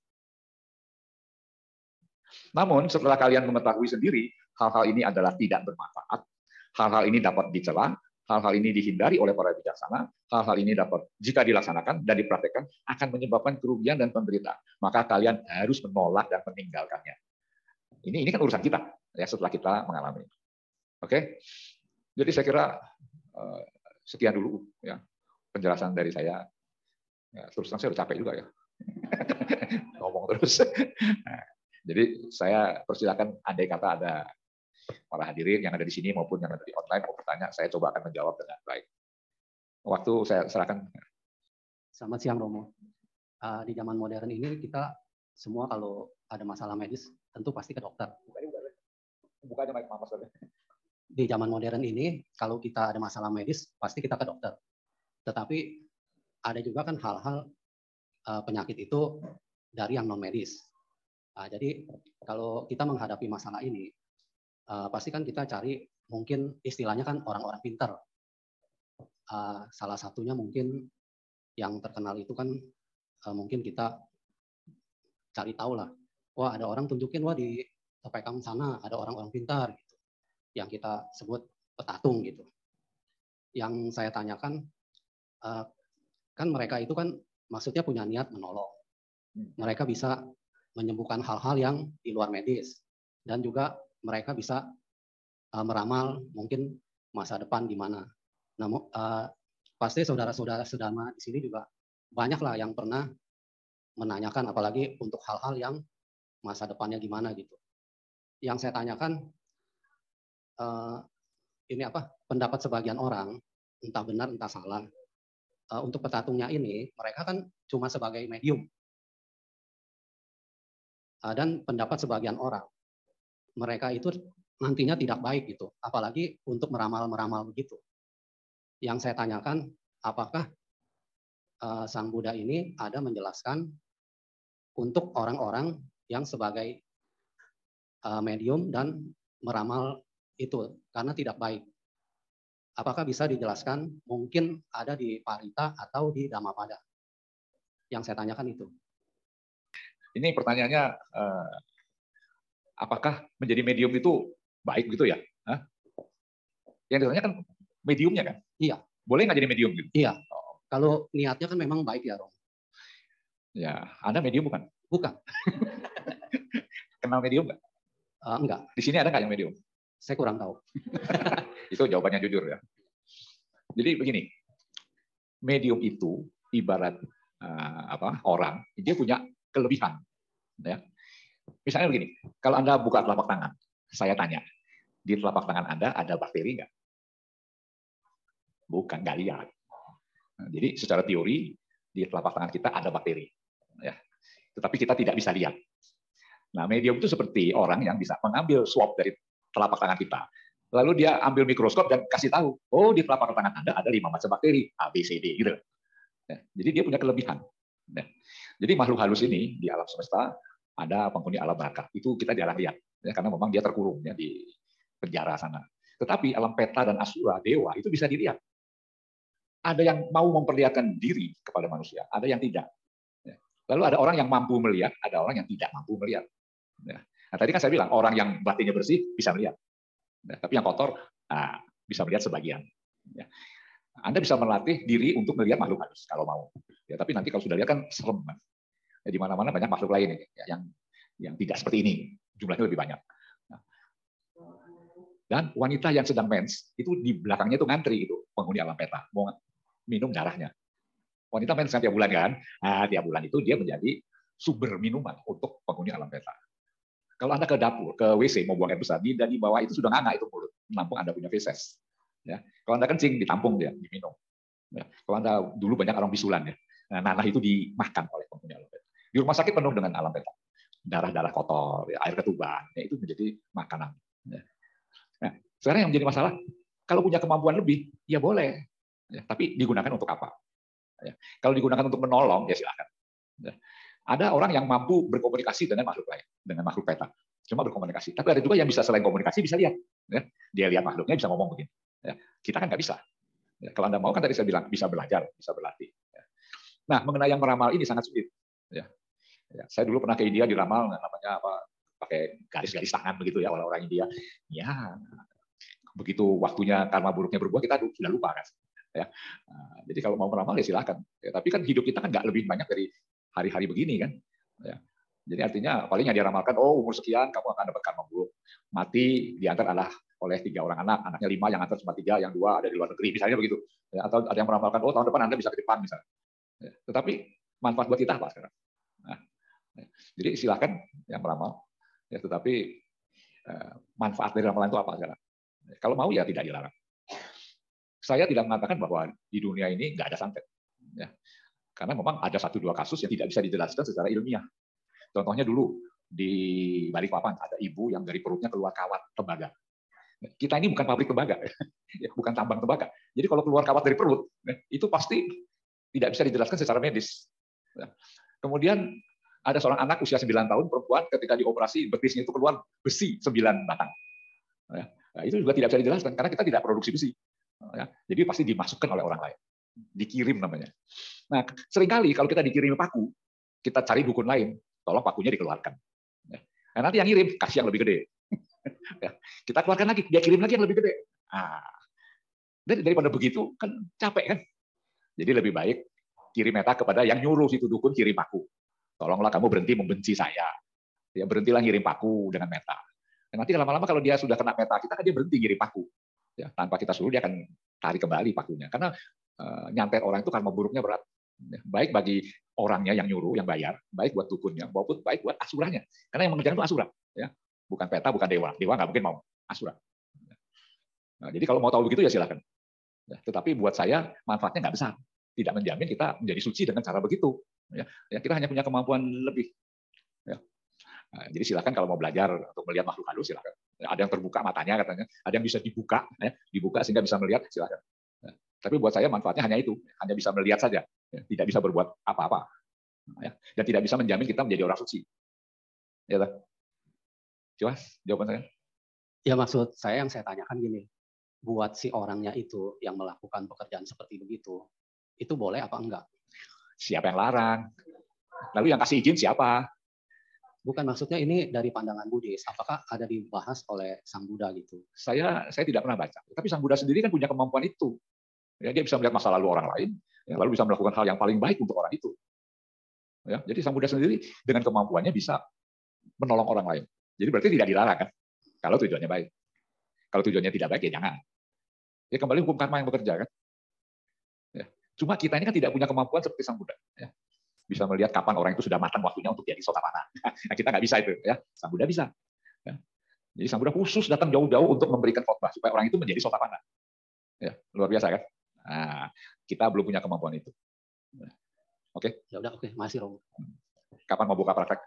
Namun setelah kalian mengetahui sendiri hal-hal ini adalah tidak bermanfaat, hal-hal ini dapat dicela, hal-hal ini dihindari oleh para bijaksana, hal-hal ini dapat jika dilaksanakan dan dipraktekkan akan menyebabkan kerugian dan penderitaan. Maka kalian harus menolak dan meninggalkannya. Ini kan urusan kita ya setelah kita mengalami. Oke. Jadi saya kira sekian dulu ya penjelasan dari saya. Ya, terus terang saya udah capek juga ya. Ngomong terus. Nah, jadi saya persilakan andai kata ada para hadirin yang ada di sini maupun yang ada di online mau bertanya, saya coba akan menjawab dengan baik. Waktu saya serahkan. Selamat siang Romo. Di zaman modern ini kita semua kalau ada masalah medis tentu pasti ke dokter. Bukannya mic Mas. Di zaman modern ini kalau kita ada masalah medis pasti kita ke dokter. Tetapi ada juga kan hal-hal penyakit itu dari yang non medis. Jadi kalau kita menghadapi masalah ini pasti kan kita cari mungkin istilahnya kan orang-orang pintar. Salah satunya mungkin yang terkenal itu kan mungkin kita cari tahu lah. Wah ada orang tunjukin wah di TPK sana ada orang-orang pintar gitu. Yang kita sebut petatung gitu. Yang saya tanyakan kan mereka itu kan maksudnya punya niat menolong. Mereka bisa menyembuhkan hal-hal yang di luar medis dan juga mereka bisa meramal mungkin masa depan di mana. Namun pasti saudara-saudara sedama di sini juga banyaklah yang pernah menanyakan, apalagi untuk hal-hal yang masa depannya gimana gitu. Yang saya tanyakan, ini pendapat sebagian orang, entah benar entah salah. Untuk petatungnya ini, mereka kan cuma sebagai medium. Dan pendapat sebagian orang, mereka itu nantinya tidak baik gitu, apalagi untuk meramal-meramal begitu. Yang saya tanyakan, apakah Sang Buddha ini ada menjelaskan untuk orang-orang yang sebagai medium dan meramal itu karena tidak baik? Apakah bisa dijelaskan? Mungkin ada di Parita atau di Dhammapada. Yang saya tanyakan itu. Ini pertanyaannya, apakah menjadi medium itu baik gitu ya? Hah? Yang ditanya kan mediumnya kan? Iya. Boleh nggak jadi medium gitu? Iya. Kalau niatnya kan memang baik ya, Rom. Ya, Anda medium bukan? Bukan. Kenal medium nggak? Enggak. Di sini ada nggak yang medium? Saya kurang tahu. Itu jawabannya jujur ya. Jadi begini, medium itu ibarat orang, dia punya kelebihan. Ya. Misalnya begini, kalau Anda buka telapak tangan, saya tanya, di telapak tangan Anda ada bakteri nggak? Bukan, nggak lihat. Nah, jadi secara teori di telapak tangan kita ada bakteri, ya. Tetapi kita tidak bisa lihat. Nah, medium itu seperti orang yang bisa mengambil swab dari telapak tangan kita, lalu dia ambil mikroskop dan kasih tahu, oh di telapak tangan Anda ada 5 macam bakteri, A, B, C, D, gitu. Ya, jadi dia punya kelebihan. Ya. Jadi makhluk halus ini di alam semesta ada penghuni alam neraka, itu kita jarang lihat, ya, karena memang dia terkurung ya di penjara sana. Tetapi alam peta dan asura, dewa itu bisa dilihat. Ada yang mau memperlihatkan diri kepada manusia, ada yang tidak. Lalu ada orang yang mampu melihat, ada orang yang tidak mampu melihat. Nah, tadi kan saya bilang, orang yang batinnya bersih bisa melihat. Tapi yang kotor bisa melihat sebagian. Anda bisa melatih diri untuk melihat makhluk halus, kalau mau. Ya, tapi nanti kalau sudah lihat kan serem. Ya, di mana-mana banyak makhluk lain ya, yang tidak seperti ini. Jumlahnya lebih banyak. Dan wanita yang sedang mens, itu di belakangnya itu ngantri, itu penghuni alam peta. Mau minum darahnya. Wanita mens tiap bulan kan, tiap bulan itu dia menjadi sumber minuman untuk penghuni alam peta. Kalau Anda ke dapur, ke WC mau buang air besar, dan di bawah itu sudah nganga itu mulut, menampung Anda punya feses. Ya. Kalau Anda kencing, ditampung dia, diminum. Ya. Kalau Anda dulu banyak orang bisulan ya, nanah itu dimakan oleh penghuni alam peta. Di rumah sakit penuh dengan alam peta, darah-darah kotor, ya, air ketuban, ya, itu menjadi makanan. Ya. Nah, sekarang yang menjadi masalah, kalau punya kemampuan lebih, ya boleh, ya, tapi digunakan untuk apa? Ya. Kalau digunakan untuk menolong, ya silakan. Ya. Ada orang yang mampu berkomunikasi dengan makhluk lain, dengan makhluk peta, cuma berkomunikasi. Tapi ada juga yang bisa selain komunikasi bisa lihat. Ya. Dia lihat makhluknya bisa ngomong begini. Ya. Kita kan nggak bisa. Ya. Kalau Anda mau kan tadi saya bilang bisa belajar, bisa berlatih. Ya. Nah, mengenai yang meramal ini sangat sulit. Ya. Ya. Saya dulu pernah ke India diramal, namanya apa? Pakai garis-garis tangan begitu ya orang-orang India. Ya, begitu waktunya karma buruknya berbuah kita sudah lupa kan. Ya. Nah, jadi kalau mau meramal ya silakan. Ya, tapi kan hidup kita kan nggak lebih banyak dari hari-hari begini kan. Ya. Jadi artinya paling yang diramalkan, oh umur sekian kamu akan dapat karma buruk. Mati diantar adalah oleh 3 orang anak, anaknya 5, yang antar cuma 3, yang 2 ada di luar negeri, misalnya begitu. Ya, atau ada yang meramalkan, oh tahun depan Anda bisa ke Jepang misalnya. Ya. Tetapi manfaat buat kita apa sekarang? Nah, ya. Jadi silakan yang meramal. Ya, tetapi manfaat dari ramalan itu apa sekarang? Ya, kalau mau ya tidak dilarang. Saya tidak mengatakan bahwa di dunia ini nggak ada santet. Ya. Karena memang ada 1-2 kasus yang tidak bisa dijelaskan secara ilmiah. Contohnya dulu di Balikpapan ada ibu yang dari perutnya keluar kawat tembaga. Kita ini bukan pabrik tembaga, bukan tambang tembaga. Jadi kalau keluar kawat dari perut, itu pasti tidak bisa dijelaskan secara medis. Kemudian ada seorang anak usia 9 tahun perempuan ketika dioperasi betisnya itu keluar besi 9 batang. Nah, itu juga tidak bisa dijelaskan karena kita tidak produksi besi. Jadi pasti dimasukkan oleh orang lain, dikirim namanya. Nah, seringkali kalau kita dikirimi paku, kita cari dukun lain, tolong pakunya dikeluarkan. Nah, nanti yang ngirim kasih yang lebih gede. Kita keluarkan lagi, dia kirim lagi yang lebih gede. Daripada begitu kan capek kan. Jadi lebih baik kirim meta kepada yang nyuruh situ dukun kirim paku. Tolonglah kamu berhenti membenci saya. Ya berhentilah ngirim paku dengan meta. Dan nanti lama-lama kalau dia sudah kena meta kita kan dia berhenti ngirim paku. Ya, tanpa kita suruh dia akan tarik kembali pakunya. Karena nyantet orang itu karma buruknya berat. Baik bagi orangnya yang nyuruh, yang bayar, baik buat dukunnya, maupun baik buat asuranya. Karena yang mengerjakan itu asura, ya, bukan peta, bukan dewa. Dewa nggak mungkin mau, asura. Nah, jadi kalau mau tahu begitu ya silakan. Ya, tetapi buat saya manfaatnya nggak besar. Tidak menjamin kita menjadi suci dengan cara begitu. Ya, kita hanya punya kemampuan lebih. Ya. Nah, jadi silakan kalau mau belajar untuk melihat makhluk halus silakan. Ada yang terbuka matanya katanya, ada yang bisa dibuka, ya, dibuka sehingga bisa melihat silakan. Ya. Tapi buat saya manfaatnya hanya itu, hanya bisa melihat saja, ya, tidak bisa berbuat apa-apa, ya, dan tidak bisa menjamin kita menjadi orang suci. Ya, jelas jawaban saya. Ya maksud saya yang saya tanyakan gini, buat si orangnya itu yang melakukan pekerjaan seperti begitu, itu boleh apa enggak? Siapa yang larang? Lalu yang kasih izin siapa? Bukan, maksudnya ini dari pandangan Buddhis. Apakah ada dibahas oleh Sang Buddha gitu? Saya tidak pernah baca. Tapi Sang Buddha sendiri kan punya kemampuan itu. Ya, dia bisa melihat masa lalu orang lain, ya, lalu bisa melakukan hal yang paling baik untuk orang itu. Ya, jadi Sang Buddha sendiri dengan kemampuannya bisa menolong orang lain. Jadi berarti tidak dilarang kan? Kalau tujuannya baik. Kalau tujuannya tidak baik ya jangan. Ya kembali hukum karma yang bekerja kan. Ya. Cuma kita ini kan tidak punya kemampuan seperti Sang Buddha. Ya. Bisa melihat kapan orang itu sudah matang waktunya untuk jadi sotapanna. Nah, kita nggak bisa itu, ya. Sang Buddha bisa. Ya. Jadi Sang Buddha khusus datang jauh-jauh untuk memberikan khotbah supaya orang itu menjadi sotapanna. Ya, luar biasa kan? Nah, kita belum punya kemampuan itu. Oke? Ya udah, oke. Masih Romo. Kapan mau buka praktek?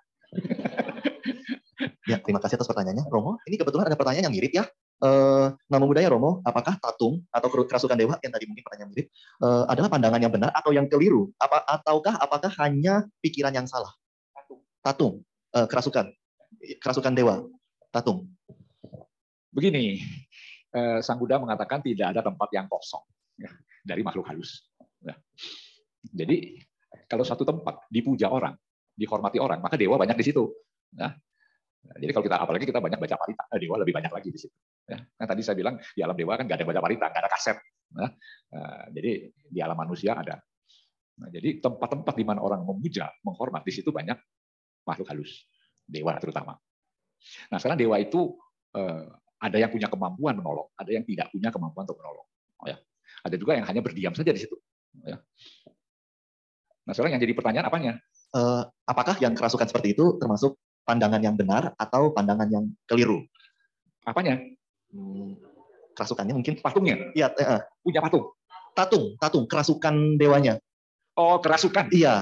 Ya, terima kasih atas pertanyaannya, Romo. Ini kebetulan ada pertanyaan yang mirip ya. Namo Buddhaya, Romo. Apakah tatung atau kerasukan dewa yang tadi mungkin pertanyaan mirip adalah pandangan yang benar atau yang keliru? Apakah hanya pikiran yang salah? Tatung, kerasukan dewa, tatung. Begini, Sang Buddha mengatakan tidak ada tempat yang kosong, ya, dari makhluk halus. Ya. Jadi kalau satu tempat dipuja orang, dihormati orang, maka dewa banyak di situ. Nah, jadi kalau apalagi kita banyak baca parita, dewa lebih banyak lagi di situ. Ya. Nah, tadi saya bilang di alam dewa kan nggak ada baca parita, nggak ada kaset. Nah, jadi di alam manusia ada. Nah, jadi tempat-tempat di mana orang memuja, menghormat, di situ banyak makhluk halus, dewa terutama. Nah, sekarang dewa itu ada yang punya kemampuan menolong, ada yang tidak punya kemampuan untuk menolong. Ya. Ada juga yang hanya berdiam saja di situ. Ya. Nah, sekarang yang jadi pertanyaan apanya? Apakah yang kerasukan seperti itu termasuk pandangan yang benar atau pandangan yang keliru? Apanya? Kerasukannya mungkin? Patungnya? Iya. Punya patung? Tatung, kerasukan dewanya. Oh, kerasukan? Iya.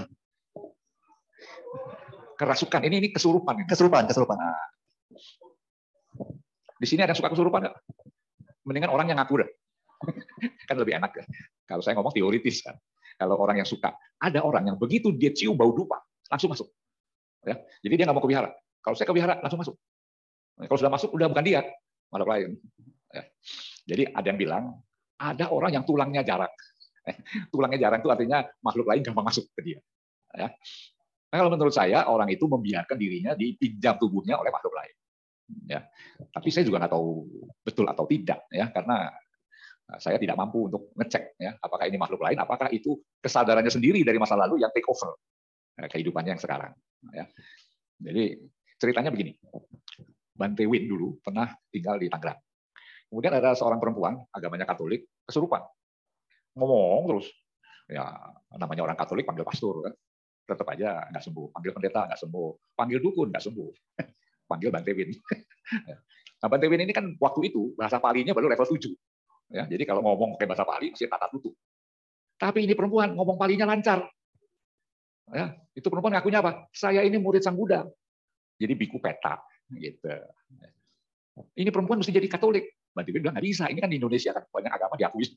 Kerasukan, ini kesurupan. Kesurupan. Nah, di sini ada yang suka kesurupan nggak? Mendingan orang yang ngaku dah. Kan lebih enak ya. Kalau saya ngomong teoritis kan. Kalau orang yang suka, ada orang yang begitu dia cium bau dupa, langsung masuk. Ya, jadi dia nggak mau ke wihara. Kalau saya ke wihara, langsung masuk. Kalau sudah masuk, udah bukan dia, makhluk lain. Ya. Jadi ada yang bilang, ada orang yang tulangnya jarang. Tulangnya jarang itu artinya makhluk lain gampang masuk ke dia. Ya. Nah, kalau menurut saya, orang itu membiarkan dirinya dipinjam tubuhnya oleh makhluk lain. Ya. Tapi saya juga nggak tahu betul atau tidak, ya, karena saya tidak mampu untuk ngecek, ya, apakah ini makhluk lain, apakah itu kesadarannya sendiri dari masa lalu yang take over kehidupannya yang sekarang. Ya. Jadi ceritanya begini, Bante Win dulu pernah tinggal di Tangerang. Kemudian ada seorang perempuan agamanya Katolik kesurupan, ngomong terus, ya namanya orang Katolik panggil pastor kan, tetap aja nggak sembuh, panggil pendeta nggak sembuh, panggil dukun nggak sembuh, panggil Bante Win. Nah, Bante Win ini kan waktu itu bahasa Palinya baru level 7. Ya, jadi kalau ngomong pakai bahasa Pali masih tata tutup. Tapi ini perempuan ngomong Palinya lancar. Ya, itu perempuan ngakunya apa? Saya ini murid Sang Buddha. Jadi biku peta gitu. Ini perempuan mesti jadi Katolik. Berarti dia bilang nggak bisa. Ini kan di Indonesia kan banyak agama diakui.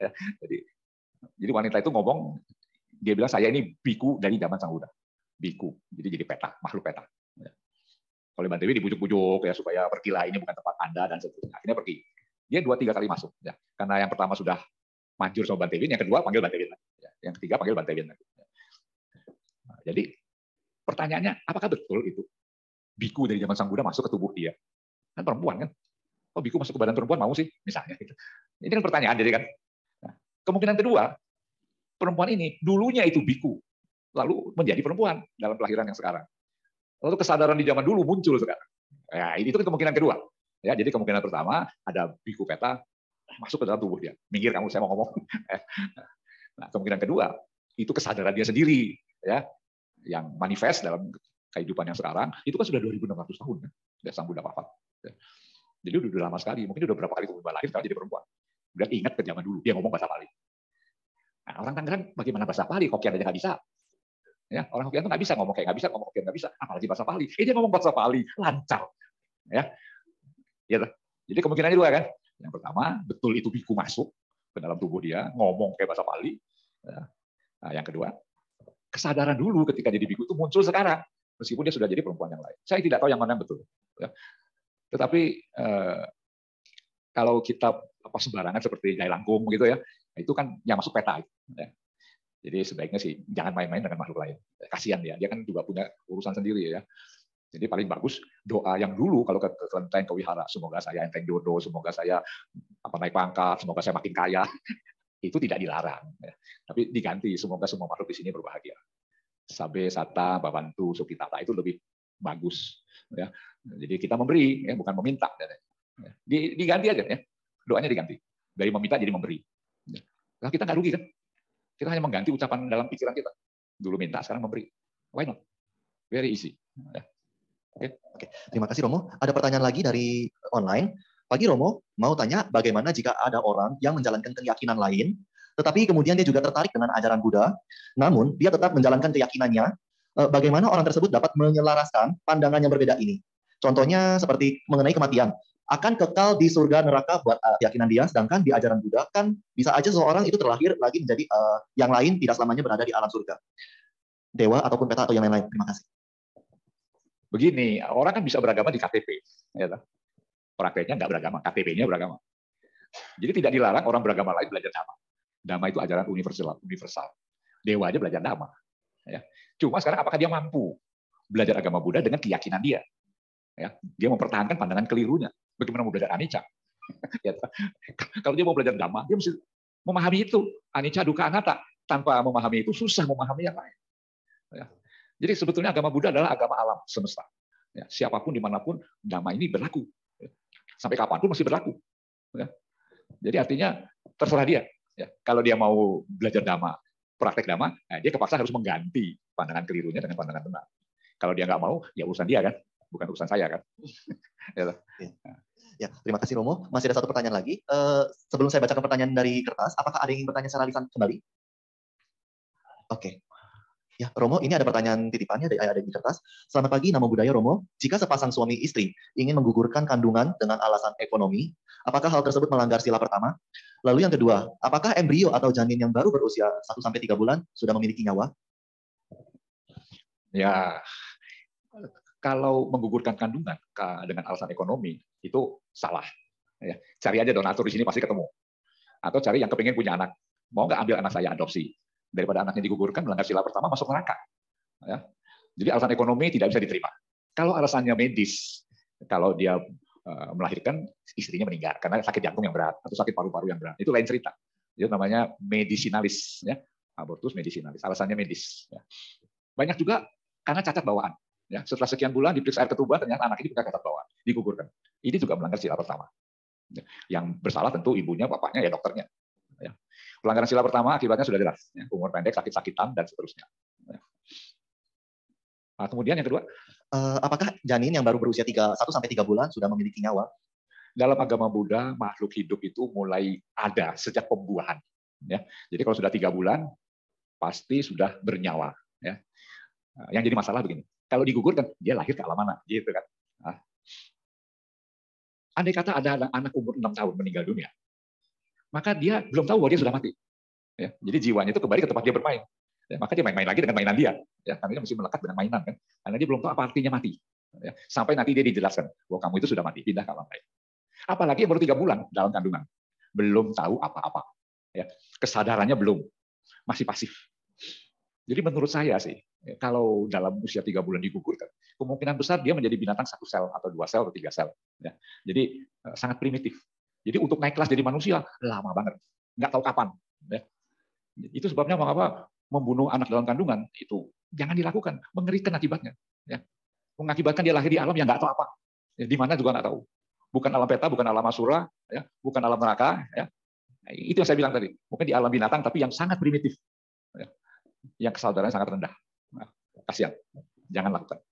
Jadi wanita itu ngomong, dia bilang saya ini biku dari zaman Sang Buddha. Biku. Jadi peta, makhluk peta. Oleh Bante Win dibujuk-bujuk ya supaya pergilah, ini bukan tempat Anda dan seterusnya. Akhirnya pergi. Dia 2-3 kali masuk, ya. Karena yang pertama sudah manjur sama Bante Win, yang kedua panggil Bante Win lagi, ya. Yang ketiga panggil Bante Win lagi. Nah, jadi pertanyaannya, apakah betul itu biku dari zaman Sang Buddha masuk ke tubuh dia? Kan perempuan kan? Oh, biku masuk ke badan perempuan mau sih, misalnya. Gitu. Ini kan pertanyaan, jadi kan. Nah, kemungkinan kedua, perempuan ini dulunya itu biku, lalu menjadi perempuan dalam kelahiran yang sekarang. Lalu kesadaran di zaman dulu muncul sekarang. Ya, itu kan kemungkinan kedua. Ya, jadi kemungkinan pertama ada biku peta masuk ke dalam tubuh dia. Minggir kamu, saya mau ngomong. Nah, kemungkinan kedua itu kesadaran dia sendiri, ya, yang manifest dalam kehidupan yang sekarang. Itu kan sudah 2.600 tahun, kan, ya, Sang Buddha wafat. Ya. Jadi udah lama sekali. Mungkin udah berapa kali Buddha lahir kalau jadi perempuan. Udah ingat ke zaman dulu dia ngomong bahasa Pali. Nah, orang Tangerang bagaimana bahasa Pali? Hokian aja nggak bisa. Ya, orang Hokian tuh nggak bisa ngomong kayak nggak bisa, ngomong Hokian nggak bisa, apalagi bahasa Pali. Dia ngomong bahasa Pali lancar. Ya, gitu. Jadi kemungkinannya dua kan. Yang pertama, betul itu biku masuk ke dalam tubuh dia, ngomong kayak bahasa Pali. Nah, yang kedua, kesadaran dulu ketika jadi biku itu muncul sekarang, meskipun dia sudah jadi perempuan yang lain. Saya tidak tahu yang mana yang betul. Tetapi kalau kita sembarangan seperti Jai Langkung gitu ya, itu kan yang masuk peta. Jadi sebaiknya sih jangan main-main dengan makhluk lain. Kasihan dia kan juga punya urusan sendiri ya. Jadi paling bagus doa yang dulu kalau ke kelenteng, ke wihara, semoga saya enteng jodoh, semoga saya naik pangkat, semoga saya makin kaya, itu tidak dilarang. Ya. Tapi diganti, semoga semua makhluk di sini berbahagia. Sabe, Sata, Babantu, Sukitata itu lebih bagus. Ya. Jadi kita memberi, ya, bukan meminta. Ya. Diganti aja, ya. Doanya diganti. Dari meminta jadi memberi. Ya. Nah, kita nggak rugi kan? Kita hanya mengganti ucapan dalam pikiran kita. Dulu minta, sekarang memberi. Why not? Very easy. Ya. Oke, terima kasih Romo. Ada pertanyaan lagi dari online. Pagi Romo, mau tanya bagaimana jika ada orang yang menjalankan keyakinan lain, tetapi kemudian dia juga tertarik dengan ajaran Buddha, namun dia tetap menjalankan keyakinannya, bagaimana orang tersebut dapat menyelaraskan pandangan yang berbeda ini? Contohnya seperti mengenai kematian. Akan kekal di surga neraka buat keyakinan dia, sedangkan di ajaran Buddha kan bisa aja seseorang itu terlahir lagi menjadi yang lain, tidak selamanya berada di alam surga. Dewa ataupun peta atau yang lain-lain. Terima kasih. Begini, orang kan bisa beragama di KTP. Ya, prakteknya nggak beragama, KTP-nya beragama. Jadi tidak dilarang orang beragama lain belajar Dhamma. Dhamma itu ajaran universal. Dewa aja belajar Dhamma. Ya. Cuma sekarang apakah dia mampu belajar agama Buddha dengan keyakinan dia? Ya. Dia mempertahankan pandangan kelirunya. Bagaimana mau belajar anicca? Ya. Kalau dia mau belajar Dhamma, dia mesti memahami itu. Anicca, dukkha, anatta. Tanpa memahami itu, susah memahami yang lain. Ya. Jadi sebetulnya agama Buddha adalah agama alam semesta. Ya, siapapun dimanapun Dhamma ini berlaku. Ya. Sampai kapanpun masih berlaku. Ya. Jadi artinya terserah dia. Ya. Kalau dia mau belajar Dhamma, praktek Dhamma, dia kepaksa harus mengganti pandangan kelirunya dengan pandangan benar. Kalau dia nggak mau, ya urusan dia kan, bukan urusan saya kan. Ya, terima kasih Romo. Masih ada satu pertanyaan lagi. Sebelum saya bacakan pertanyaan dari kertas, apakah ada yang ingin bertanya secara lisan kembali? Oke. Ya, Romo, ini ada pertanyaan titipannya ada di kertas. Selamat pagi, Namo Buddhaya Romo. Jika sepasang suami istri ingin menggugurkan kandungan dengan alasan ekonomi, apakah hal tersebut melanggar sila pertama? Lalu yang kedua, apakah embrio atau janin yang baru berusia 1-3 bulan sudah memiliki nyawa? Ya, kalau menggugurkan kandungan dengan alasan ekonomi, itu salah. Ya, cari aja donatur di sini pasti ketemu. Atau cari yang kepengen punya anak. Mau nggak ambil anak saya adopsi? Daripada anaknya digugurkan, melanggar sila pertama, masuk neraka. Ya. Jadi alasan ekonomi tidak bisa diterima. Kalau alasannya medis, kalau dia melahirkan, istrinya meninggal karena sakit jantung yang berat atau sakit paru-paru yang berat, itu lain cerita. Itu namanya medisinalis, ya. Abortus medisinalis. Alasannya medis. Ya. Banyak juga karena cacat bawaan. Ya. Setelah sekian bulan diperiksa air ketuban, ternyata anak ini punya cacat bawaan, digugurkan. Ini juga melanggar sila pertama. Ya. Yang bersalah tentu ibunya, bapaknya, ya dokternya. Ya. Pelanggaran sila pertama akibatnya sudah jelas, ya, umur pendek, sakit-sakitan, dan seterusnya. Ya. Nah, kemudian yang kedua, apakah janin yang baru berusia 1-3 bulan sudah memiliki nyawa? Dalam agama Buddha, makhluk hidup itu mulai ada sejak pembuahan. Ya. Jadi kalau sudah 3 bulan, pasti sudah bernyawa. Ya. Yang jadi masalah begini, kalau digugurkan, dia lahir ke alam mana? Gitu kan. Nah. Andai kata ada anak umur 6 tahun meninggal dunia, maka dia belum tahu bahwa dia sudah mati. Ya, jadi jiwanya itu kembali ke tempat dia bermain. Ya, maka dia main-main lagi dengan mainan dia. Ya, karena dia mesti melekat dengan mainan kan. Karena dia belum tahu apa artinya mati. Ya, sampai nanti dia dijelaskan bahwa kamu itu sudah mati, pindah ke alam lain. Apalagi yang baru 3 bulan dalam kandungan, belum tahu apa-apa. Ya, kesadarannya belum, masih pasif. Jadi menurut saya sih, kalau dalam usia 3 bulan digugurkan, kemungkinan besar dia menjadi binatang 1 sel atau 2 sel atau 3 sel. Ya, jadi sangat primitif. Jadi untuk naik kelas jadi manusia lama banget, nggak tahu kapan. Ya. Itu sebabnya mengapa membunuh anak dalam kandungan itu jangan dilakukan, mengerikan akibatnya. Ya. Mengakibatkan dia lahir di alam yang nggak tahu apa, ya, di mana juga nggak tahu. Bukan alam peta, bukan alam asura, ya, bukan alam neraka. Ya. itu yang saya bilang tadi. Mungkin di alam binatang, tapi yang sangat primitif. Yang kesadarannya sangat rendah. Nah, kasihan. Jangan lakukan.